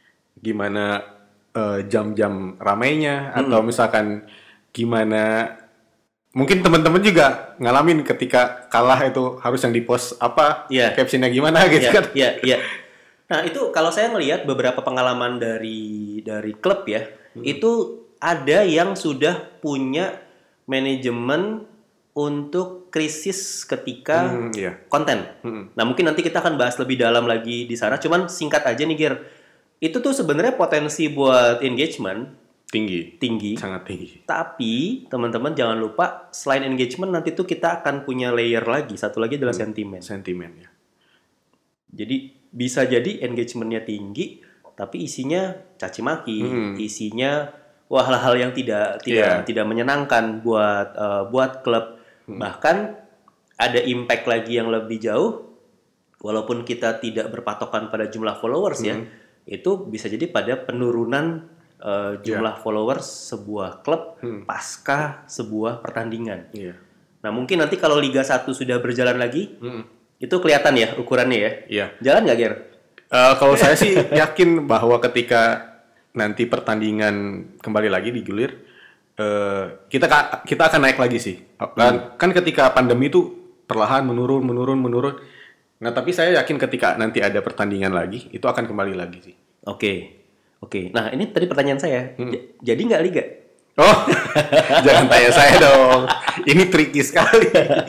Gimana uh, jam-jam ramainya, hmm. atau misalkan gimana... Mungkin teman-teman juga ngalamin ketika kalah itu harus yang di-post apa, yeah. captionnya gimana gitu yeah, kan. Iya, yeah, iya. Yeah. Nah, itu kalau saya melihat beberapa pengalaman dari dari klub ya, hmm. itu ada yang sudah punya manajemen untuk krisis ketika hmm, yeah. konten. Hmm. Nah, mungkin nanti kita akan bahas lebih dalam lagi di sana, cuman singkat aja nih, Gir. Itu tuh sebenarnya potensi buat engagement tinggi, tinggi, sangat tinggi. Tapi teman-teman jangan lupa selain engagement nanti tuh kita akan punya layer lagi. Satu lagi adalah hmm, sentimen. Sentimen ya. Jadi bisa jadi engagementnya tinggi, tapi isinya caci maki, hmm. isinya wah hal-hal yang tidak tidak yeah. tidak menyenangkan buat uh, buat klub. Hmm. Bahkan ada impact lagi yang lebih jauh. Walaupun kita tidak berpatokan pada jumlah followers hmm. ya, itu bisa jadi pada penurunan Uh, jumlah yeah. followers sebuah klub hmm. pasca sebuah pertandingan. Yeah. Nah mungkin nanti kalau Liga satu sudah berjalan lagi, hmm. itu kelihatan ya ukurannya ya. Yeah. Jalan nggak Ger? Uh, kalau saya sih yakin bahwa ketika nanti pertandingan kembali lagi digilir, uh, kita kita akan naik lagi sih. Kan, hmm. kan ketika pandemi itu perlahan menurun, menurun, menurun. Nah tapi saya yakin ketika nanti ada pertandingan lagi, itu akan kembali lagi sih. Oke. Okay. Oke, nah ini tadi pertanyaan saya, hmm. J- jadi nggak Liga? Oh, jangan tanya saya dong, ini tricky sekali.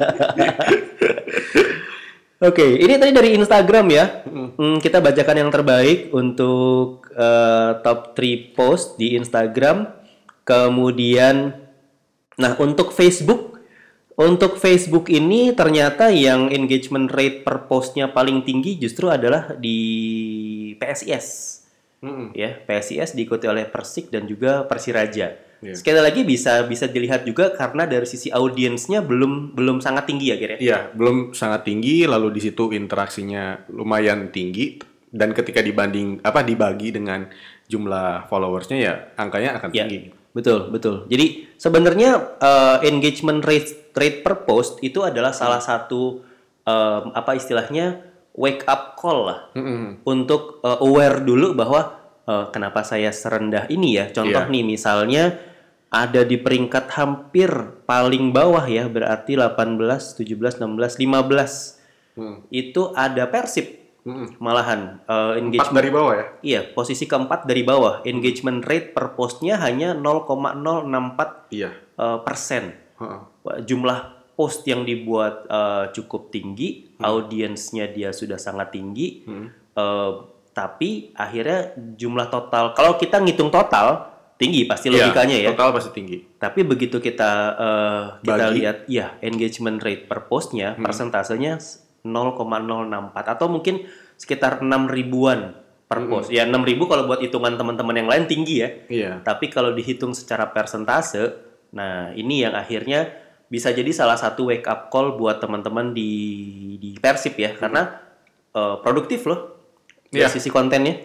Oke, ini tadi dari Instagram ya, hmm, kita bacakan yang terbaik untuk uh, top tiga post di Instagram. Kemudian, nah untuk Facebook, untuk Facebook ini ternyata yang engagement rate per postnya paling tinggi justru adalah di P S I S. Mm-hmm. Ya, P S I S diikuti oleh Persik dan juga Persiraja. Yeah. Sekali lagi bisa bisa dilihat juga karena dari sisi audiensnya belum belum sangat tinggi ya, kira. Iya, yeah, belum sangat tinggi. Lalu di situ interaksinya lumayan tinggi dan ketika dibanding apa dibagi dengan jumlah followersnya ya angkanya akan yeah, tinggi. Betul betul. Jadi sebenarnya uh, engagement rate rate per post itu adalah mm. salah satu um, apa istilahnya wake up call lah mm-hmm. untuk uh, aware dulu bahwa uh, kenapa saya serendah ini ya. Contoh yeah. nih misalnya ada di peringkat hampir paling bawah ya, berarti delapan belas, tujuh belas, enam belas, lima belas. Hmm. Itu ada Persib. Hmm. Malahan uh, engagement empat dari bawah ya. Iya, posisi keempat dari bawah. Engagement rate per postnya hanya nol koma nol enam empat yeah. uh, persen. Uh-uh. Jumlah post yang dibuat uh, cukup tinggi, hmm. audiensnya dia sudah sangat tinggi, hmm. uh, tapi akhirnya jumlah total, kalau kita ngitung total tinggi pasti logikanya ya. Total pasti tinggi. Tapi begitu kita uh, kita lihat, ya engagement rate per postnya, hmm. persentasenya nol koma nol enam empat atau mungkin sekitar enam ribuan per hmm. post. Ya enam ribu kalau buat hitungan teman-teman yang lain tinggi ya. Iya. Tapi kalau dihitung secara persentase, nah ini yang akhirnya bisa jadi salah satu wake up call buat teman-teman di di Persib ya, hmm. karena uh, produktif loh dari yeah. sisi kontennya.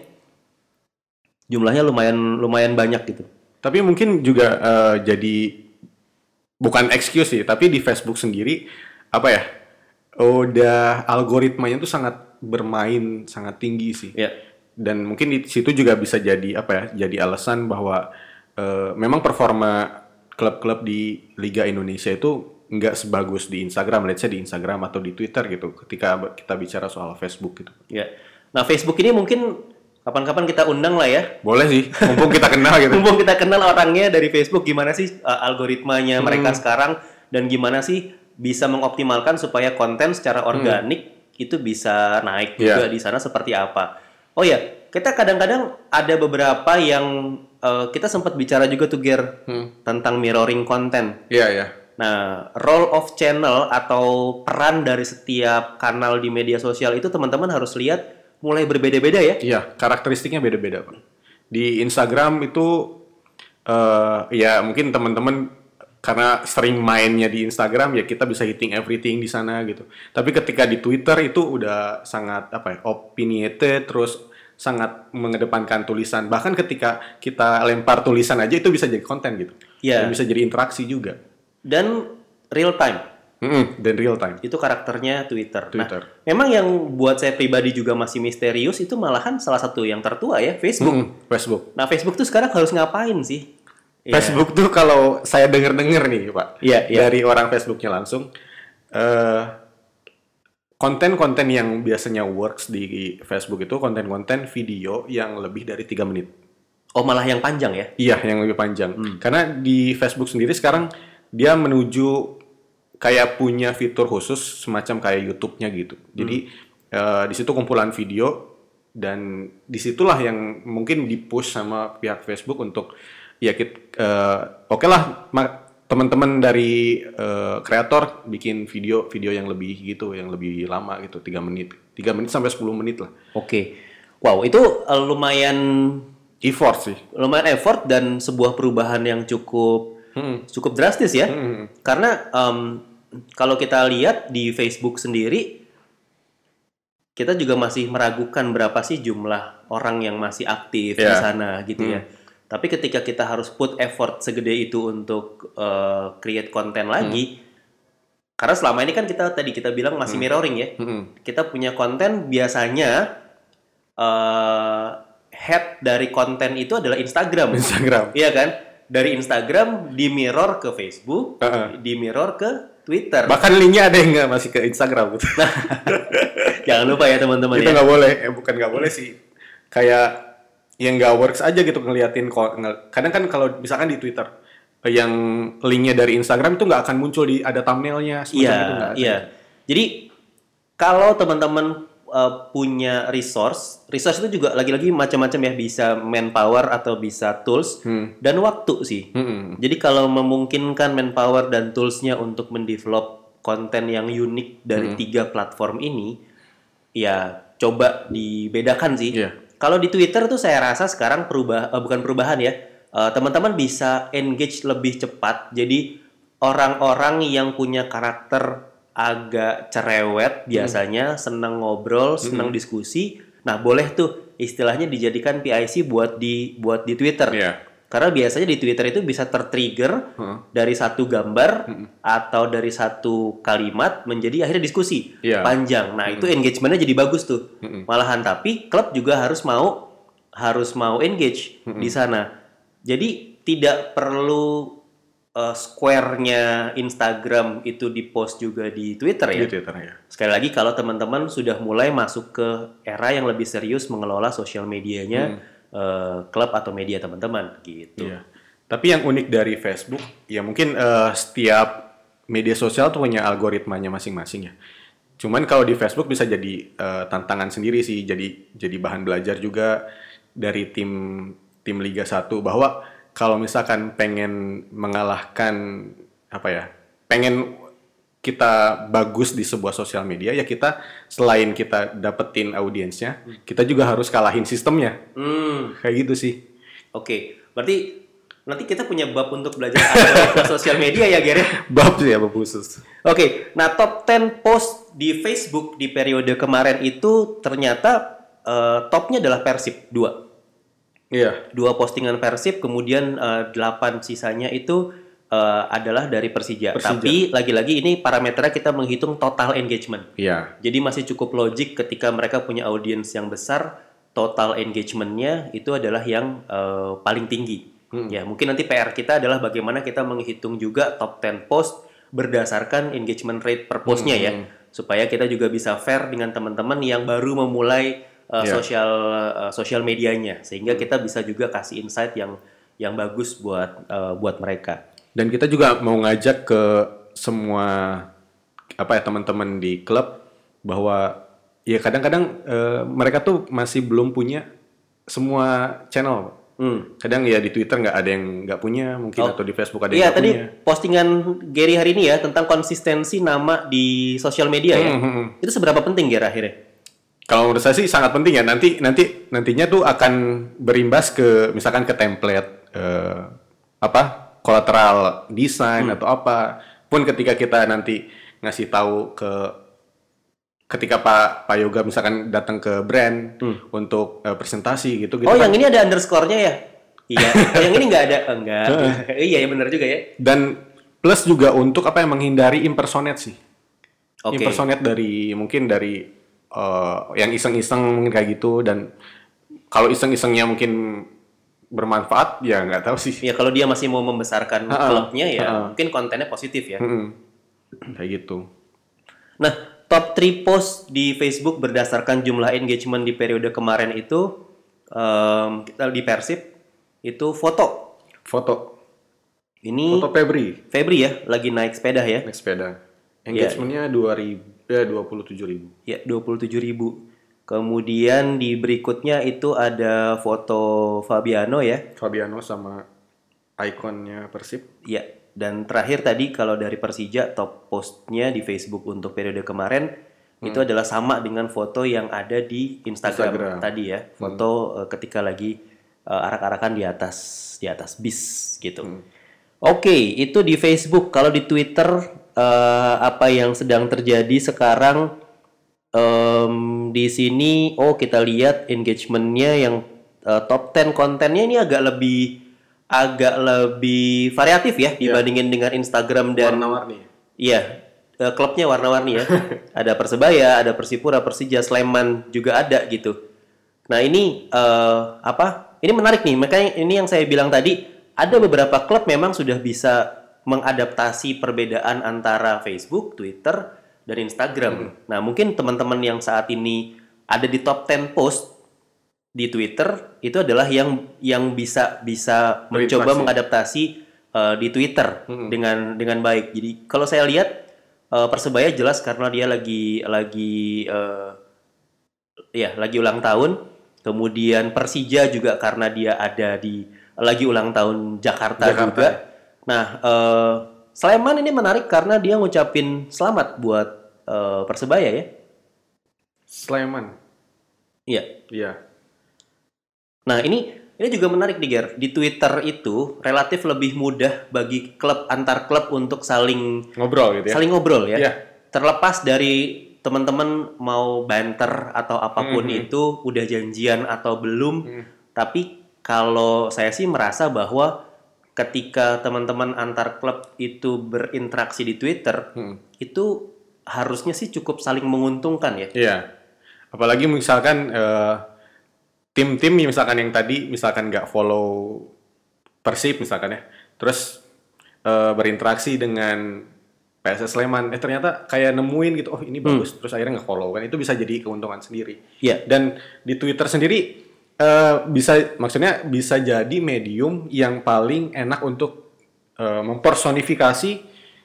Jumlahnya lumayan lumayan banyak gitu. Tapi mungkin juga uh, jadi bukan excuse sih, tapi di Facebook sendiri apa ya? Udah algoritmanya tuh sangat bermain sangat tinggi sih. Yeah. Dan mungkin di situ juga bisa jadi apa ya? Jadi alasan bahwa uh, memang performa klub-klub di Liga Indonesia itu nggak sebagus di Instagram, let's say di Instagram atau di Twitter gitu. Ketika kita bicara soal Facebook gitu. Ya. Yeah. Nah Facebook ini mungkin kapan-kapan kita undang lah ya. Boleh sih, mumpung kita kenal gitu. Mumpung kita kenal orangnya dari Facebook, gimana sih uh, algoritmanya hmm. mereka sekarang, dan gimana sih bisa mengoptimalkan supaya konten secara organik hmm. itu bisa naik juga yeah. di sana seperti apa. Oh ya, kita kadang-kadang ada beberapa yang uh, kita sempat bicara juga tuh Ger, hmm. tentang mirroring konten. Iya, yeah, iya. Yeah. Nah, role of channel atau peran dari setiap kanal di media sosial itu teman-teman harus lihat mulai berbeda-beda ya? Iya, karakteristiknya beda-beda, Pak. Di Instagram itu, uh, ya mungkin teman-teman karena sering mainnya di Instagram, ya kita bisa hitting everything di sana gitu. Tapi ketika di Twitter itu udah sangat apa ya, opinionated, terus sangat mengedepankan tulisan. Bahkan ketika kita lempar tulisan aja itu bisa jadi konten gitu. Iya. Dan bisa jadi interaksi juga. Dan real time. Mm-hmm, dan real time. Itu karakternya Twitter. Twitter. Nah, memang yang buat saya pribadi juga masih misterius itu malahan salah satu yang tertua ya, Facebook. Mm-hmm, Facebook. Nah, Facebook tuh sekarang harus ngapain sih? Facebook yeah. tuh kalau saya denger-denger nih, Pak, yeah, yeah. dari orang Facebooknya langsung, uh, konten-konten yang biasanya works di Facebook itu konten-konten video yang lebih dari tiga menit. Oh, malah yang panjang ya? Iya, yang lebih panjang. Hmm. Karena di Facebook sendiri sekarang dia menuju kayak punya fitur khusus semacam kayak YouTube-nya gitu. Jadi hmm. uh, di situ kumpulan video dan disitulah yang mungkin di-push sama pihak Facebook untuk ya kita uh, oke okay lah ma- teman-teman dari uh, kreator bikin video-video yang lebih gitu, yang lebih lama gitu, tiga menit. tiga menit sampai sepuluh menit lah. Oke. Okay. Wow, itu uh, lumayan effort sih. Lumayan effort dan sebuah perubahan yang cukup Hmm. cukup drastis ya, hmm. karena um, kalau kita lihat di Facebook sendiri, kita juga masih meragukan berapa sih jumlah orang yang masih aktif yeah. di sana gitu hmm. ya. Tapi ketika kita harus put effort segede itu untuk uh, create konten lagi, hmm. karena selama ini kan kita tadi kita bilang masih hmm. mirroring ya, hmm. kita punya konten biasanya uh, head dari konten itu adalah Instagram, Instagram, iya kan? Dari Instagram di mirror ke Facebook, uh-uh. di mirror ke Twitter. Bahkan linknya ada yang nggak masih ke Instagram gitu. Nah, jangan lupa ya teman-teman ya. Itu nggak boleh, eh, bukan nggak boleh sih. Kayak yang nggak works aja gitu ngeliatin. Kadang kan kalau misalkan di Twitter, yang linknya dari Instagram itu nggak akan muncul di ada thumbnailnya semacam iya, itu nggak. Iya. Jadi kalau teman-teman uh, punya resource, resource itu juga lagi-lagi macam-macam ya, bisa manpower atau bisa tools hmm. dan waktu sih. Hmm. Jadi kalau memungkinkan manpower dan toolsnya untuk mendevelop konten yang unik dari hmm. tiga platform ini, ya coba dibedakan sih. Yeah. Kalau di Twitter tuh saya rasa sekarang perubah, uh, bukan perubahan ya, uh, teman-teman bisa engage lebih cepat. Jadi orang-orang yang punya karakter agak cerewet biasanya, hmm. senang ngobrol, senang hmm. diskusi. Nah, boleh tuh istilahnya dijadikan P I C buat di buat di Twitter. Yeah. Karena biasanya di Twitter itu bisa ter-trigger hmm. dari satu gambar hmm. atau dari satu kalimat menjadi akhirnya diskusi yeah. panjang. Nah, hmm. itu engagement-nya jadi bagus tuh. Hmm. Malahan tapi klub juga harus mau harus mau engage hmm. di sana. Jadi tidak perlu Uh, square-nya Instagram itu di-post juga di Twitter ya. Di Twitter ya. Sekali lagi kalau teman-teman sudah mulai masuk ke era yang lebih serius mengelola sosial medianya hmm. uh, klub atau media teman-teman gitu. Iya. Tapi yang unik dari Facebook ya mungkin uh, setiap media sosial tuh punya algoritmanya masing-masing ya. Cuman kalau di Facebook bisa jadi uh, tantangan sendiri sih, jadi jadi bahan belajar juga dari tim tim Liga satu bahwa kalau misalkan pengen mengalahkan apa ya, pengen kita bagus di sebuah sosial media ya kita selain kita dapetin audiensnya, kita juga harus kalahin sistemnya. Hmm. Kayak gitu sih. Oke, berarti nanti kita punya bab untuk belajar algoritma sosial media ya, Ger? Bab sih ya, bab khusus. Oke, nah top sepuluh post di Facebook di periode kemarin itu ternyata uh, topnya adalah Persib dua. Iya. Dua postingan Persib, kemudian uh, delapan sisanya itu uh, adalah dari Persija. Persija. Tapi lagi-lagi ini parameternya kita menghitung total engagement. Iya. Jadi masih cukup logik ketika mereka punya audiens yang besar, total engagement-nya itu adalah yang uh, paling tinggi. Hmm. Ya, mungkin nanti P R kita adalah bagaimana kita menghitung juga top sepuluh post berdasarkan engagement rate per postnya hmm. ya, supaya kita juga bisa fair dengan teman-teman yang baru memulai uh, yeah. sosial uh, sosial medianya, sehingga hmm. kita bisa juga kasih insight yang yang bagus buat uh, buat mereka. Dan kita juga mau ngajak ke semua apa ya teman-teman di klub bahwa ya kadang-kadang uh, mereka tuh masih belum punya semua channel. Hmm. Kadang ya di Twitter nggak ada yang nggak punya mungkin, oh. atau di Facebook ada yang iya, nggak punya. Iya, tadi postingan Gary hari ini ya tentang konsistensi nama di sosial media ya. Hmm, hmm, hmm. Itu seberapa penting Gary akhirnya? Kalau menurut saya sih sangat penting ya. Nanti nanti nantinya tuh akan berimbas ke misalkan ke template eh, apa collateral design hmm. atau apa pun ketika kita nanti ngasih tahu ke ketika Pak Pak Yoga misalkan datang ke brand hmm. untuk uh, presentasi gitu gitu. Oh, kan. Yang ini ada underscore-nya ya? Iya. Oh, yang ini nggak ada? Oh, enggak. Iya, ya benar juga ya. Dan plus juga untuk apa yang menghindari impersonate sih. Okay. Impersonate dari mungkin dari uh, yang iseng-iseng mungkin kayak gitu, dan kalau iseng-isengnya mungkin bermanfaat ya nggak tahu sih. Ya kalau dia masih mau membesarkan Ha-ha. klubnya ya Ha-ha. mungkin kontennya positif ya. Mm-mm. Kayak gitu. Nah, top tiga post di Facebook berdasarkan jumlah engagement di periode kemarin itu um, kita di Persib itu foto. Foto. Ini foto Febri. Febri ya, lagi naik sepeda ya. Naik sepeda. Engagementnya dua ribu, ya dua puluh tujuh ribu. Ya, dua puluh tujuh ribu. Kemudian di berikutnya itu ada foto Fabiano ya. Fabiano sama ikonnya Persib. Ya. Dan terakhir tadi kalau dari Persija top postnya di Facebook untuk periode kemarin hmm. itu adalah sama dengan foto yang ada di Instagram, Instagram. tadi ya, foto hmm. uh, ketika lagi uh, arak-arakan di atas di atas bis gitu. Hmm. Oke, okay, itu di Facebook. Kalau di Twitter uh, apa yang sedang terjadi sekarang um, di sini? Oh, kita lihat engagementnya yang uh, top sepuluh kontennya ini agak lebih agak lebih variatif ya dibandingin yeah. dengan Instagram dan warna-warni. Iya, uh, klubnya warna-warni ya. Ada Persebaya, ada Persipura, Persija, Sleman juga ada gitu. Nah ini uh, apa? Ini menarik nih. Makanya ini yang saya bilang tadi, ada beberapa klub memang sudah bisa mengadaptasi perbedaan antara Facebook, Twitter, dan Instagram. Hmm. Nah mungkin teman-teman yang saat ini ada di top sepuluh post di Twitter itu adalah yang yang bisa bisa mencoba mengadaptasi uh, di Twitter hmm. dengan dengan baik. Jadi kalau saya lihat uh, Persebaya jelas karena dia lagi lagi uh, ya lagi ulang tahun. Kemudian Persija juga karena dia ada di lagi ulang tahun Jakarta, Jakarta. juga. Nah, uh, Sleman ini menarik karena dia ngucapin selamat buat uh, Persebaya ya. Sleman. Iya. Iya. Nah ini ini juga menarik nih Ger. Di Twitter itu relatif lebih mudah bagi klub antar klub untuk saling ngobrol gitu ya. Saling ngobrol ya. Yeah. Terlepas dari teman-teman mau banter atau apapun mm-hmm. itu udah janjian atau belum. Mm. Tapi kalau saya sih merasa bahwa ketika teman-teman antar klub itu berinteraksi di Twitter mm. itu harusnya sih cukup saling menguntungkan ya. Iya. Yeah. Apalagi misalkan uh, tim-tim misalkan yang tadi misalkan nggak follow Persib misalkan ya, terus uh, berinteraksi dengan P S S Sleman, eh ternyata kayak nemuin gitu, oh ini bagus, hmm. terus akhirnya nggak follow kan, itu bisa jadi keuntungan sendiri. Iya. Yeah. Dan di Twitter sendiri uh, bisa, maksudnya bisa jadi medium yang paling enak untuk uh, mempersonifikasi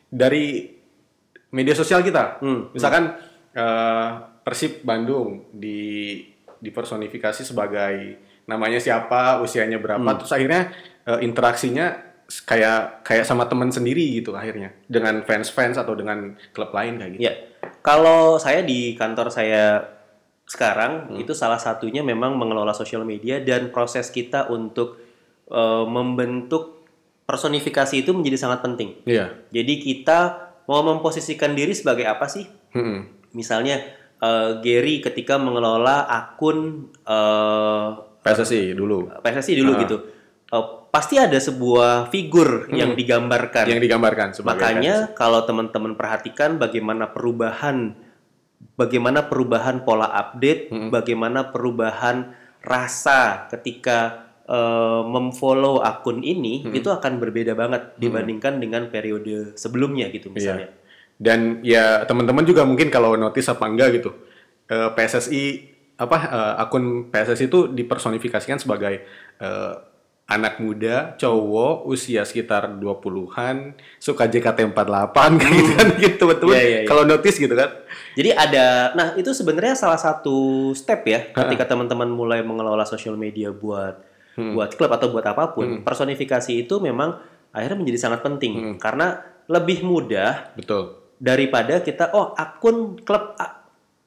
dari media sosial kita. Hmm, Misalkan eh, Persib Bandung di dipersonifikasi sebagai namanya siapa, usianya berapa, Hmm. terus akhirnya eh, interaksinya kayak kayak sama teman sendiri gitu akhirnya dengan fans-fans atau dengan klub lain kayak gitu. Ya, kalau saya di kantor saya sekarang itu salah satunya memang mengelola sosial media dan proses kita untuk eh, membentuk personifikasi itu menjadi sangat penting. Iya. Jadi kita mau memposisikan diri sebagai apa sih? Mm-mm. Misalnya eh, Gary ketika mengelola akun eh, P S S I dulu P S S I dulu Ah. gitu, Eh, pasti ada sebuah figur yang digambarkan. yang digambarkan sebagai Makanya kalau teman-teman perhatikan bagaimana perubahan, bagaimana perubahan pola update, bagaimana perubahan rasa ketika eh, memfollow akun ini, itu akan berbeda banget dibandingkan dengan periode sebelumnya gitu misalnya. Iya. Dan ya teman-teman juga mungkin kalau notice apa enggak gitu, eh, P S S I apa eh, akun P S S I itu dipersonifikasikan sebagai eh, anak muda, cowok, usia sekitar dua puluhan, suka J K T empat puluh delapan kayak gitu kan gitu betul. Iya, iya, iya. Kalau notice gitu kan. Jadi ada, nah itu sebenarnya salah satu step ya ketika teman-teman mulai mengelola sosial media buat buat klub atau buat apapun, personifikasi itu memang akhirnya menjadi sangat penting karena lebih mudah Betul. daripada kita oh akun klub A.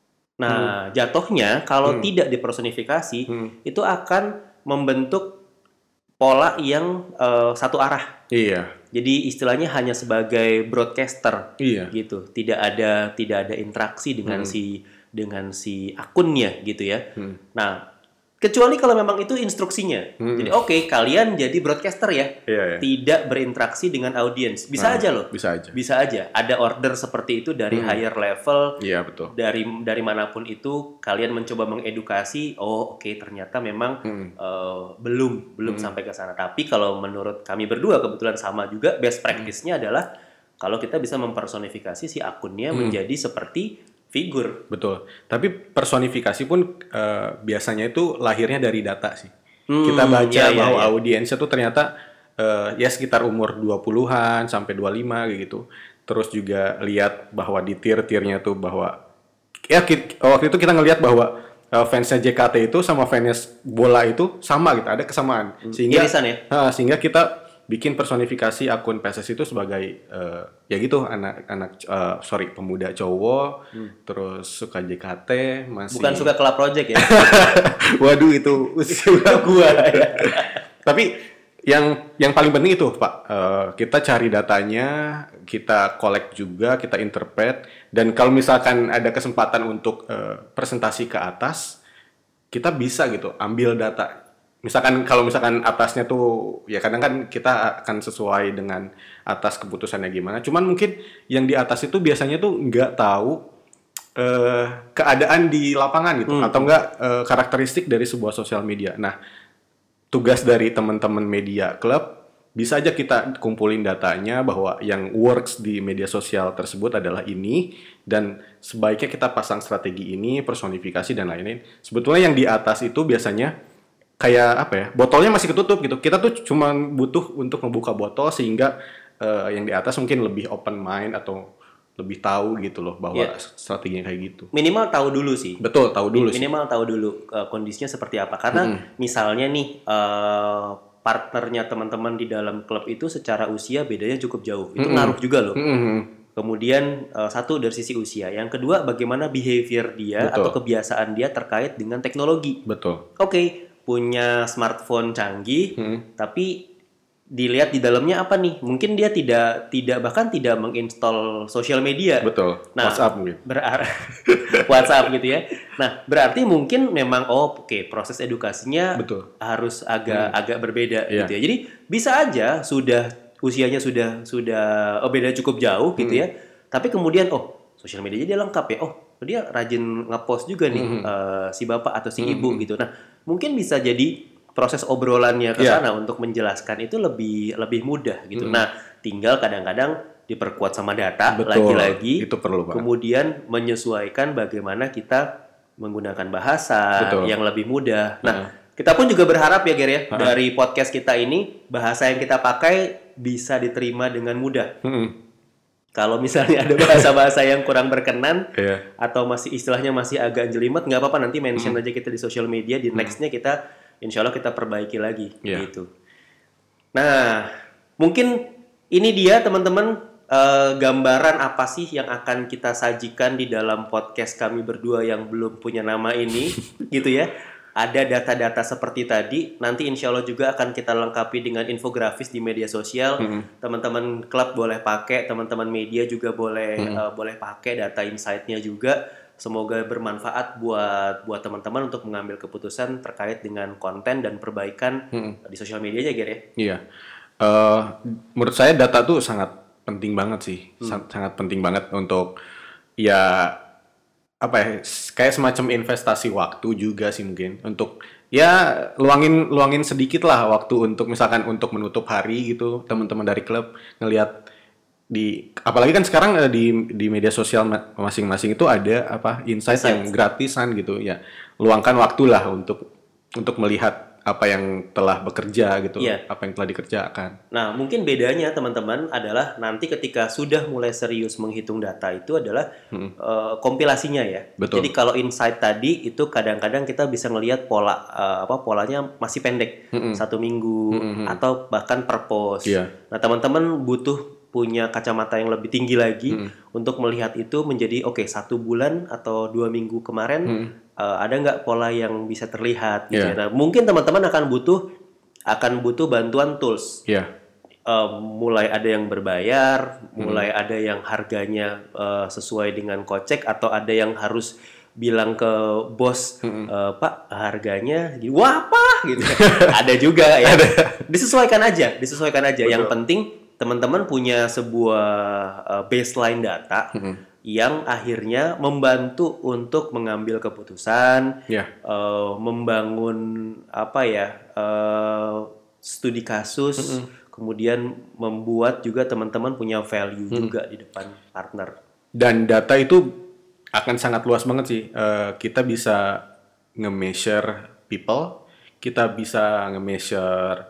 Nah jatuhnya kalau tidak dipersonifikasi itu akan membentuk pola yang eh, satu arah. Iya. Jadi istilahnya hanya sebagai broadcaster Iya. gitu. Tidak ada tidak ada interaksi dengan si dengan si akunnya gitu ya. Nah, kecuali kalau memang itu instruksinya. Jadi oke, kalian jadi broadcaster ya. Iya, iya. Tidak berinteraksi dengan audiens. Bisa Nah, aja loh. bisa aja. Bisa aja. Ada order seperti itu dari higher level. Iya, betul. Dari dari manapun itu kalian mencoba mengedukasi, oh oke ternyata memang eh, belum belum sampai ke sana. Tapi kalau menurut kami berdua kebetulan sama juga best practice-nya adalah kalau kita bisa mempersonifikasi si akunnya menjadi seperti figur. Betul. Tapi personifikasi pun eh, biasanya itu lahirnya dari data sih. Hmm, Kita baca iya, iya, bahwa iya. audiensnya tuh ternyata eh, ya sekitar umur dua puluhan sampai dua puluh lima kayak gitu. Terus juga lihat bahwa di tier-tiernya tuh bahwa ya ki- waktu itu kita ngelihat bahwa eh, fansnya J K T itu sama fans bola itu sama gitu, ada kesamaan. Sehingga Irisan ya? Ah, sehingga kita bikin personifikasi akun P S S I itu sebagai eh, ya gitu anak-anak eh, sorry pemuda cowok terus suka J K T masih Bukan suka club project ya. waduh itu usia gua ya. Tapi yang yang paling penting itu Pak, eh, kita cari datanya, kita collect juga, kita interpret, dan kalau misalkan ada kesempatan untuk eh, presentasi ke atas, kita bisa gitu ambil data. Misalkan kalau misalkan atasnya tuh ya kadang kan kita akan sesuai dengan atas keputusannya gimana. Cuman mungkin yang di atas itu biasanya tuh nggak tahu eh, keadaan di lapangan gitu atau enggak eh, karakteristik dari sebuah sosial media. Nah, tugas dari teman-teman media klub bisa aja kita kumpulin datanya bahwa yang works di media sosial tersebut adalah ini dan sebaiknya kita pasang strategi ini, personifikasi dan lain-lain. Sebetulnya yang di atas itu biasanya kayak apa ya, botolnya masih ketutup gitu. Kita tuh cuma butuh untuk membuka botol sehingga eh, yang di atas mungkin lebih open mind atau lebih tahu gitu loh bahwa Iya. strateginya kayak gitu. Minimal tahu dulu sih. Betul, tahu dulu sih. Minimal tahu dulu uh, kondisinya seperti apa. Karena misalnya nih uh, partnernya teman-teman di dalam klub itu secara usia bedanya cukup jauh. Itu ngaruh juga loh. Mm-mm. Kemudian uh, satu dari sisi usia, yang kedua bagaimana behavior dia Betul. atau kebiasaan dia terkait dengan teknologi. Betul. Oke, punya smartphone canggih, tapi dilihat di dalamnya apa nih? Mungkin dia tidak tidak bahkan tidak menginstal sosial media. Betul. Nah, WhatsApp mungkin. Berarti WhatsApp gitu ya. Nah, berarti mungkin memang oh oke proses edukasinya Betul. harus agak agak berbeda Iya. gitu ya. Jadi bisa aja sudah usianya sudah sudah oh beda cukup jauh gitu ya. Tapi kemudian oh sosial medianya dia lengkap ya. Oh dia rajin ngepost juga nih eh, si bapak atau si ibu gitu. Nah, mungkin bisa jadi proses obrolannya ke Iya. sana untuk menjelaskan itu lebih lebih mudah gitu. Nah, tinggal kadang-kadang diperkuat sama data Betul. lagi-lagi. Itu perlu banget. Kemudian menyesuaikan bagaimana kita menggunakan bahasa Betul. yang lebih mudah. Nah, kita pun juga berharap ya Ger ya, dari podcast kita ini bahasa yang kita pakai bisa diterima dengan mudah. Mm-mm. Kalau misalnya ada bahasa-bahasa yang kurang berkenan Iya. atau masih istilahnya masih agak jelimet, nggak apa-apa, nanti mention aja kita di sosial media, di nextnya kita insya Allah kita perbaiki lagi Iya. gitu. Nah, mungkin ini dia teman-teman eh, gambaran apa sih yang akan kita sajikan di dalam podcast kami berdua yang belum punya nama ini, gitu ya. Ada data-data seperti tadi, nanti insya Allah juga akan kita lengkapi dengan infografis di media sosial. Teman-teman klub boleh pakai, teman-teman media juga boleh eh, boleh pakai data insight-nya juga. Semoga bermanfaat buat buat teman-teman untuk mengambil keputusan terkait dengan konten dan perbaikan di sosial media aja, Ger ya. Iya. Eh, menurut saya data tuh sangat penting banget sih. Sa- Sangat penting banget untuk ya apa ya s- kayak semacam investasi waktu juga sih mungkin untuk ya luangin luangin sedikit lah waktu untuk misalkan untuk menutup hari gitu teman-teman dari klub ngelihat di apalagi kan sekarang eh, di di media sosial ma- masing-masing itu ada apa insight Insight. yang gratisan gitu ya, luangkan waktu lah untuk untuk melihat apa yang telah bekerja gitu, Iya. apa yang telah dikerjakan. Nah, mungkin bedanya teman-teman adalah nanti ketika sudah mulai serius menghitung data itu adalah eh, kompilasinya ya. Betul. Jadi kalau insight tadi itu kadang-kadang kita bisa melihat pola eh, apa polanya masih pendek, satu minggu atau bahkan per post. Iya. Nah, teman-teman butuh punya kacamata yang lebih tinggi lagi untuk melihat itu menjadi oke satu bulan atau dua minggu kemarin eh, ada nggak pola yang bisa terlihat gitu Iya. ya. Nah, mungkin teman-teman akan butuh akan butuh bantuan tools. Iya. Eh, mulai ada yang berbayar, mulai ada yang harganya eh, sesuai dengan kocek atau ada yang harus bilang ke bos, "Eh, Pak harganya gini." Wah apa gitu. Ada juga ya. Disesuaikan aja, disesuaikan aja. Yang penting teman-teman punya sebuah eh, baseline data yang akhirnya membantu untuk mengambil keputusan, Iya. eh, membangun apa ya eh, studi kasus, kemudian membuat juga teman-teman punya value juga di depan partner. Dan data itu akan sangat luas banget sih. Eh, kita bisa nge-measure people, kita bisa nge-measure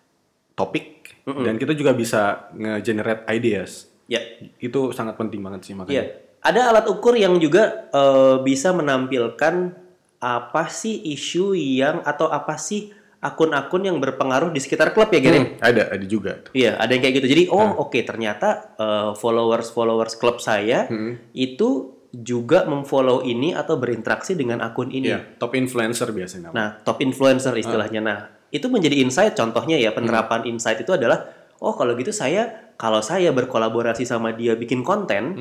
topik, dan kita juga bisa nge-generate ideas. Ya, Itu sangat penting banget sih makanya. iya. Ada alat ukur yang juga eh, bisa menampilkan apa sih isu yang atau apa sih akun-akun yang berpengaruh di sekitar klub ya, Gere? Hmm, ada, ada juga. Iya, ada yang kayak gitu. Jadi, oh oke, ternyata eh, followers-followers klub saya itu juga memfollow ini atau berinteraksi dengan akun ini. Iya, top influencer biasanya. Nah, top influencer istilahnya. Nah, itu menjadi insight. Contohnya ya, penerapan insight itu adalah, oh kalau gitu saya, kalau saya berkolaborasi sama dia bikin konten,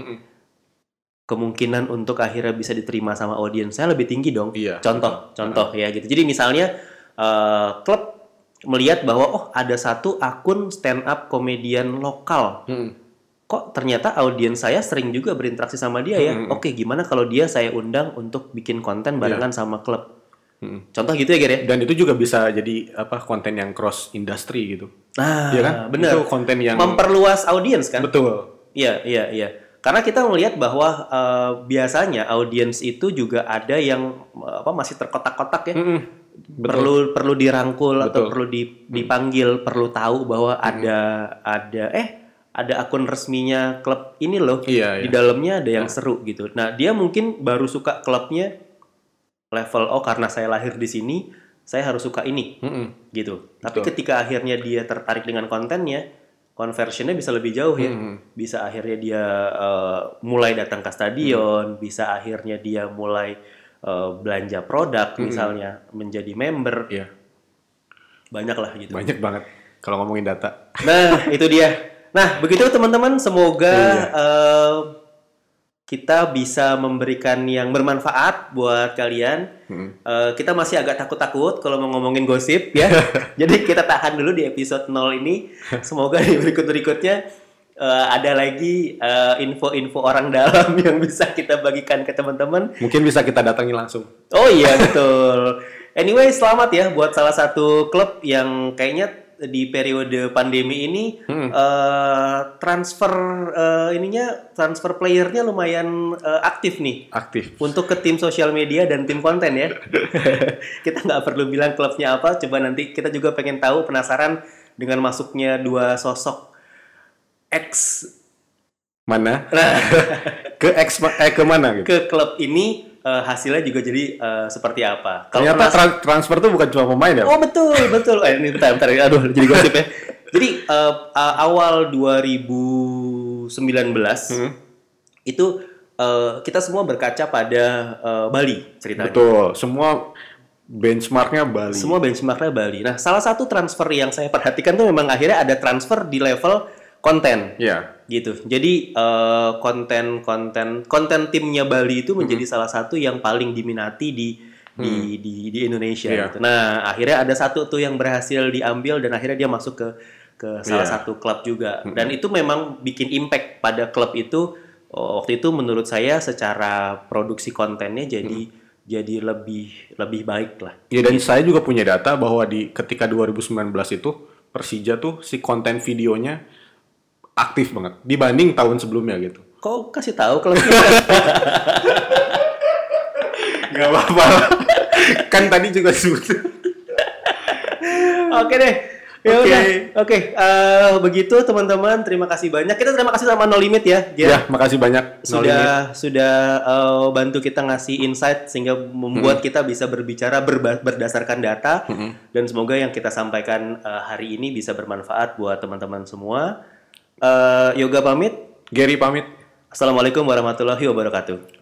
kemungkinan untuk akhirnya bisa diterima sama audiens saya lebih tinggi dong. Iya, Contoh, contoh ya gitu. Jadi misalnya eh, klub melihat bahwa oh ada satu akun stand up komedian lokal. Kok ternyata audiens saya sering juga berinteraksi sama dia ya. Oke, gimana kalau dia saya undang untuk bikin konten barengan sama klub. Contoh gitu ya, Ger ya. Dan itu juga bisa jadi apa konten yang cross industry gitu. Nah, Iya kan? benar. Itu konten yang Memperluas audiens kan? betul. Iya, iya, iya. Karena kita melihat bahwa eh, biasanya audiens itu juga ada yang eh, apa masih terkotak-kotak ya. Perlu perlu dirangkul atau Betul. perlu di- dipanggil, perlu tahu bahwa ada ada eh ada akun resminya klub ini loh. Iya, Di iya. dalamnya ada yang seru gitu. Nah, dia mungkin baru suka klubnya level oh karena saya lahir di sini, saya harus suka ini. Gitu. Tapi Betul. ketika akhirnya dia tertarik dengan kontennya, conversionnya bisa lebih jauh ya. Bisa akhirnya dia eh, mulai datang ke stadion, bisa akhirnya dia mulai eh, belanja produk misalnya, menjadi member. Iya, Banyak lah gitu. banyak banget kalau ngomongin data. Nah, itu dia. Nah, begitu teman-teman, semoga Iya. eh, kita bisa memberikan yang bermanfaat buat kalian. Eh, kita masih agak takut-takut kalau mau ngomongin gosip ya. Jadi kita tahan dulu di episode nol ini. Semoga di berikut-berikutnya eh, ada lagi eh, info-info orang dalam yang bisa kita bagikan ke teman-teman. Mungkin bisa kita datangi langsung. Oh iya, betul. Anyway, selamat ya buat salah satu klub yang kayaknya di periode pandemi ini eh, transfer eh, ininya transfer playernya lumayan eh, aktif nih Aktif. untuk ke tim sosial media dan tim konten ya. Kita nggak perlu bilang klubnya apa, coba nanti kita juga pengen tahu, penasaran dengan masuknya dua sosok ex Mana? Nah, Ke ex eh ke mana gitu? ke klub ini uh, hasilnya juga jadi uh, seperti apa? Kalau Ternyata Nas- tra- transfer tuh bukan cuma pemain ya? Oh betul, betul. Eh, ini bentar, bentar. Aduh, jadi gosip ya. Jadi uh, uh, awal dua ribu sembilan belas Hmm. itu uh, kita semua berkaca pada uh, Bali ceritanya. Betul, semua benchmarknya Bali. Semua benchmarknya Bali. Nah, salah satu transfer yang saya perhatikan tuh memang akhirnya ada transfer di level konten. Iya. Gitu. Jadi uh, konten-konten konten timnya Bali itu menjadi Hmm. salah satu yang paling diminati di di di, di Indonesia. Iya. Gitu. Nah, akhirnya ada satu tuh yang berhasil diambil dan akhirnya dia masuk ke ke salah Iya. satu klub juga. Dan itu memang bikin impact pada klub itu. Oh, waktu itu menurut saya secara produksi kontennya jadi jadi lebih lebih baik lah. Ya dan saya juga punya data bahwa di ketika dua ribu sembilan belas itu Persija tuh si konten videonya aktif banget dibanding tahun sebelumnya gitu. Kok kasih tahu kalau Gak apa-apa. Kan tadi juga sebut. Oke deh. Ya Oke. udah. Oke, eh, begitu teman-teman. Terima kasih banyak. Kita terima kasih sama No Limit ya. Ger. Ya, makasih banyak. No Limit. Sudah sudah eh, bantu kita ngasih insight sehingga membuat kita bisa berbicara berba- berdasarkan data dan semoga yang kita sampaikan eh, hari ini bisa bermanfaat buat teman-teman semua. Eh, Yoga pamit. Gary pamit. Assalamualaikum warahmatullahi wabarakatuh.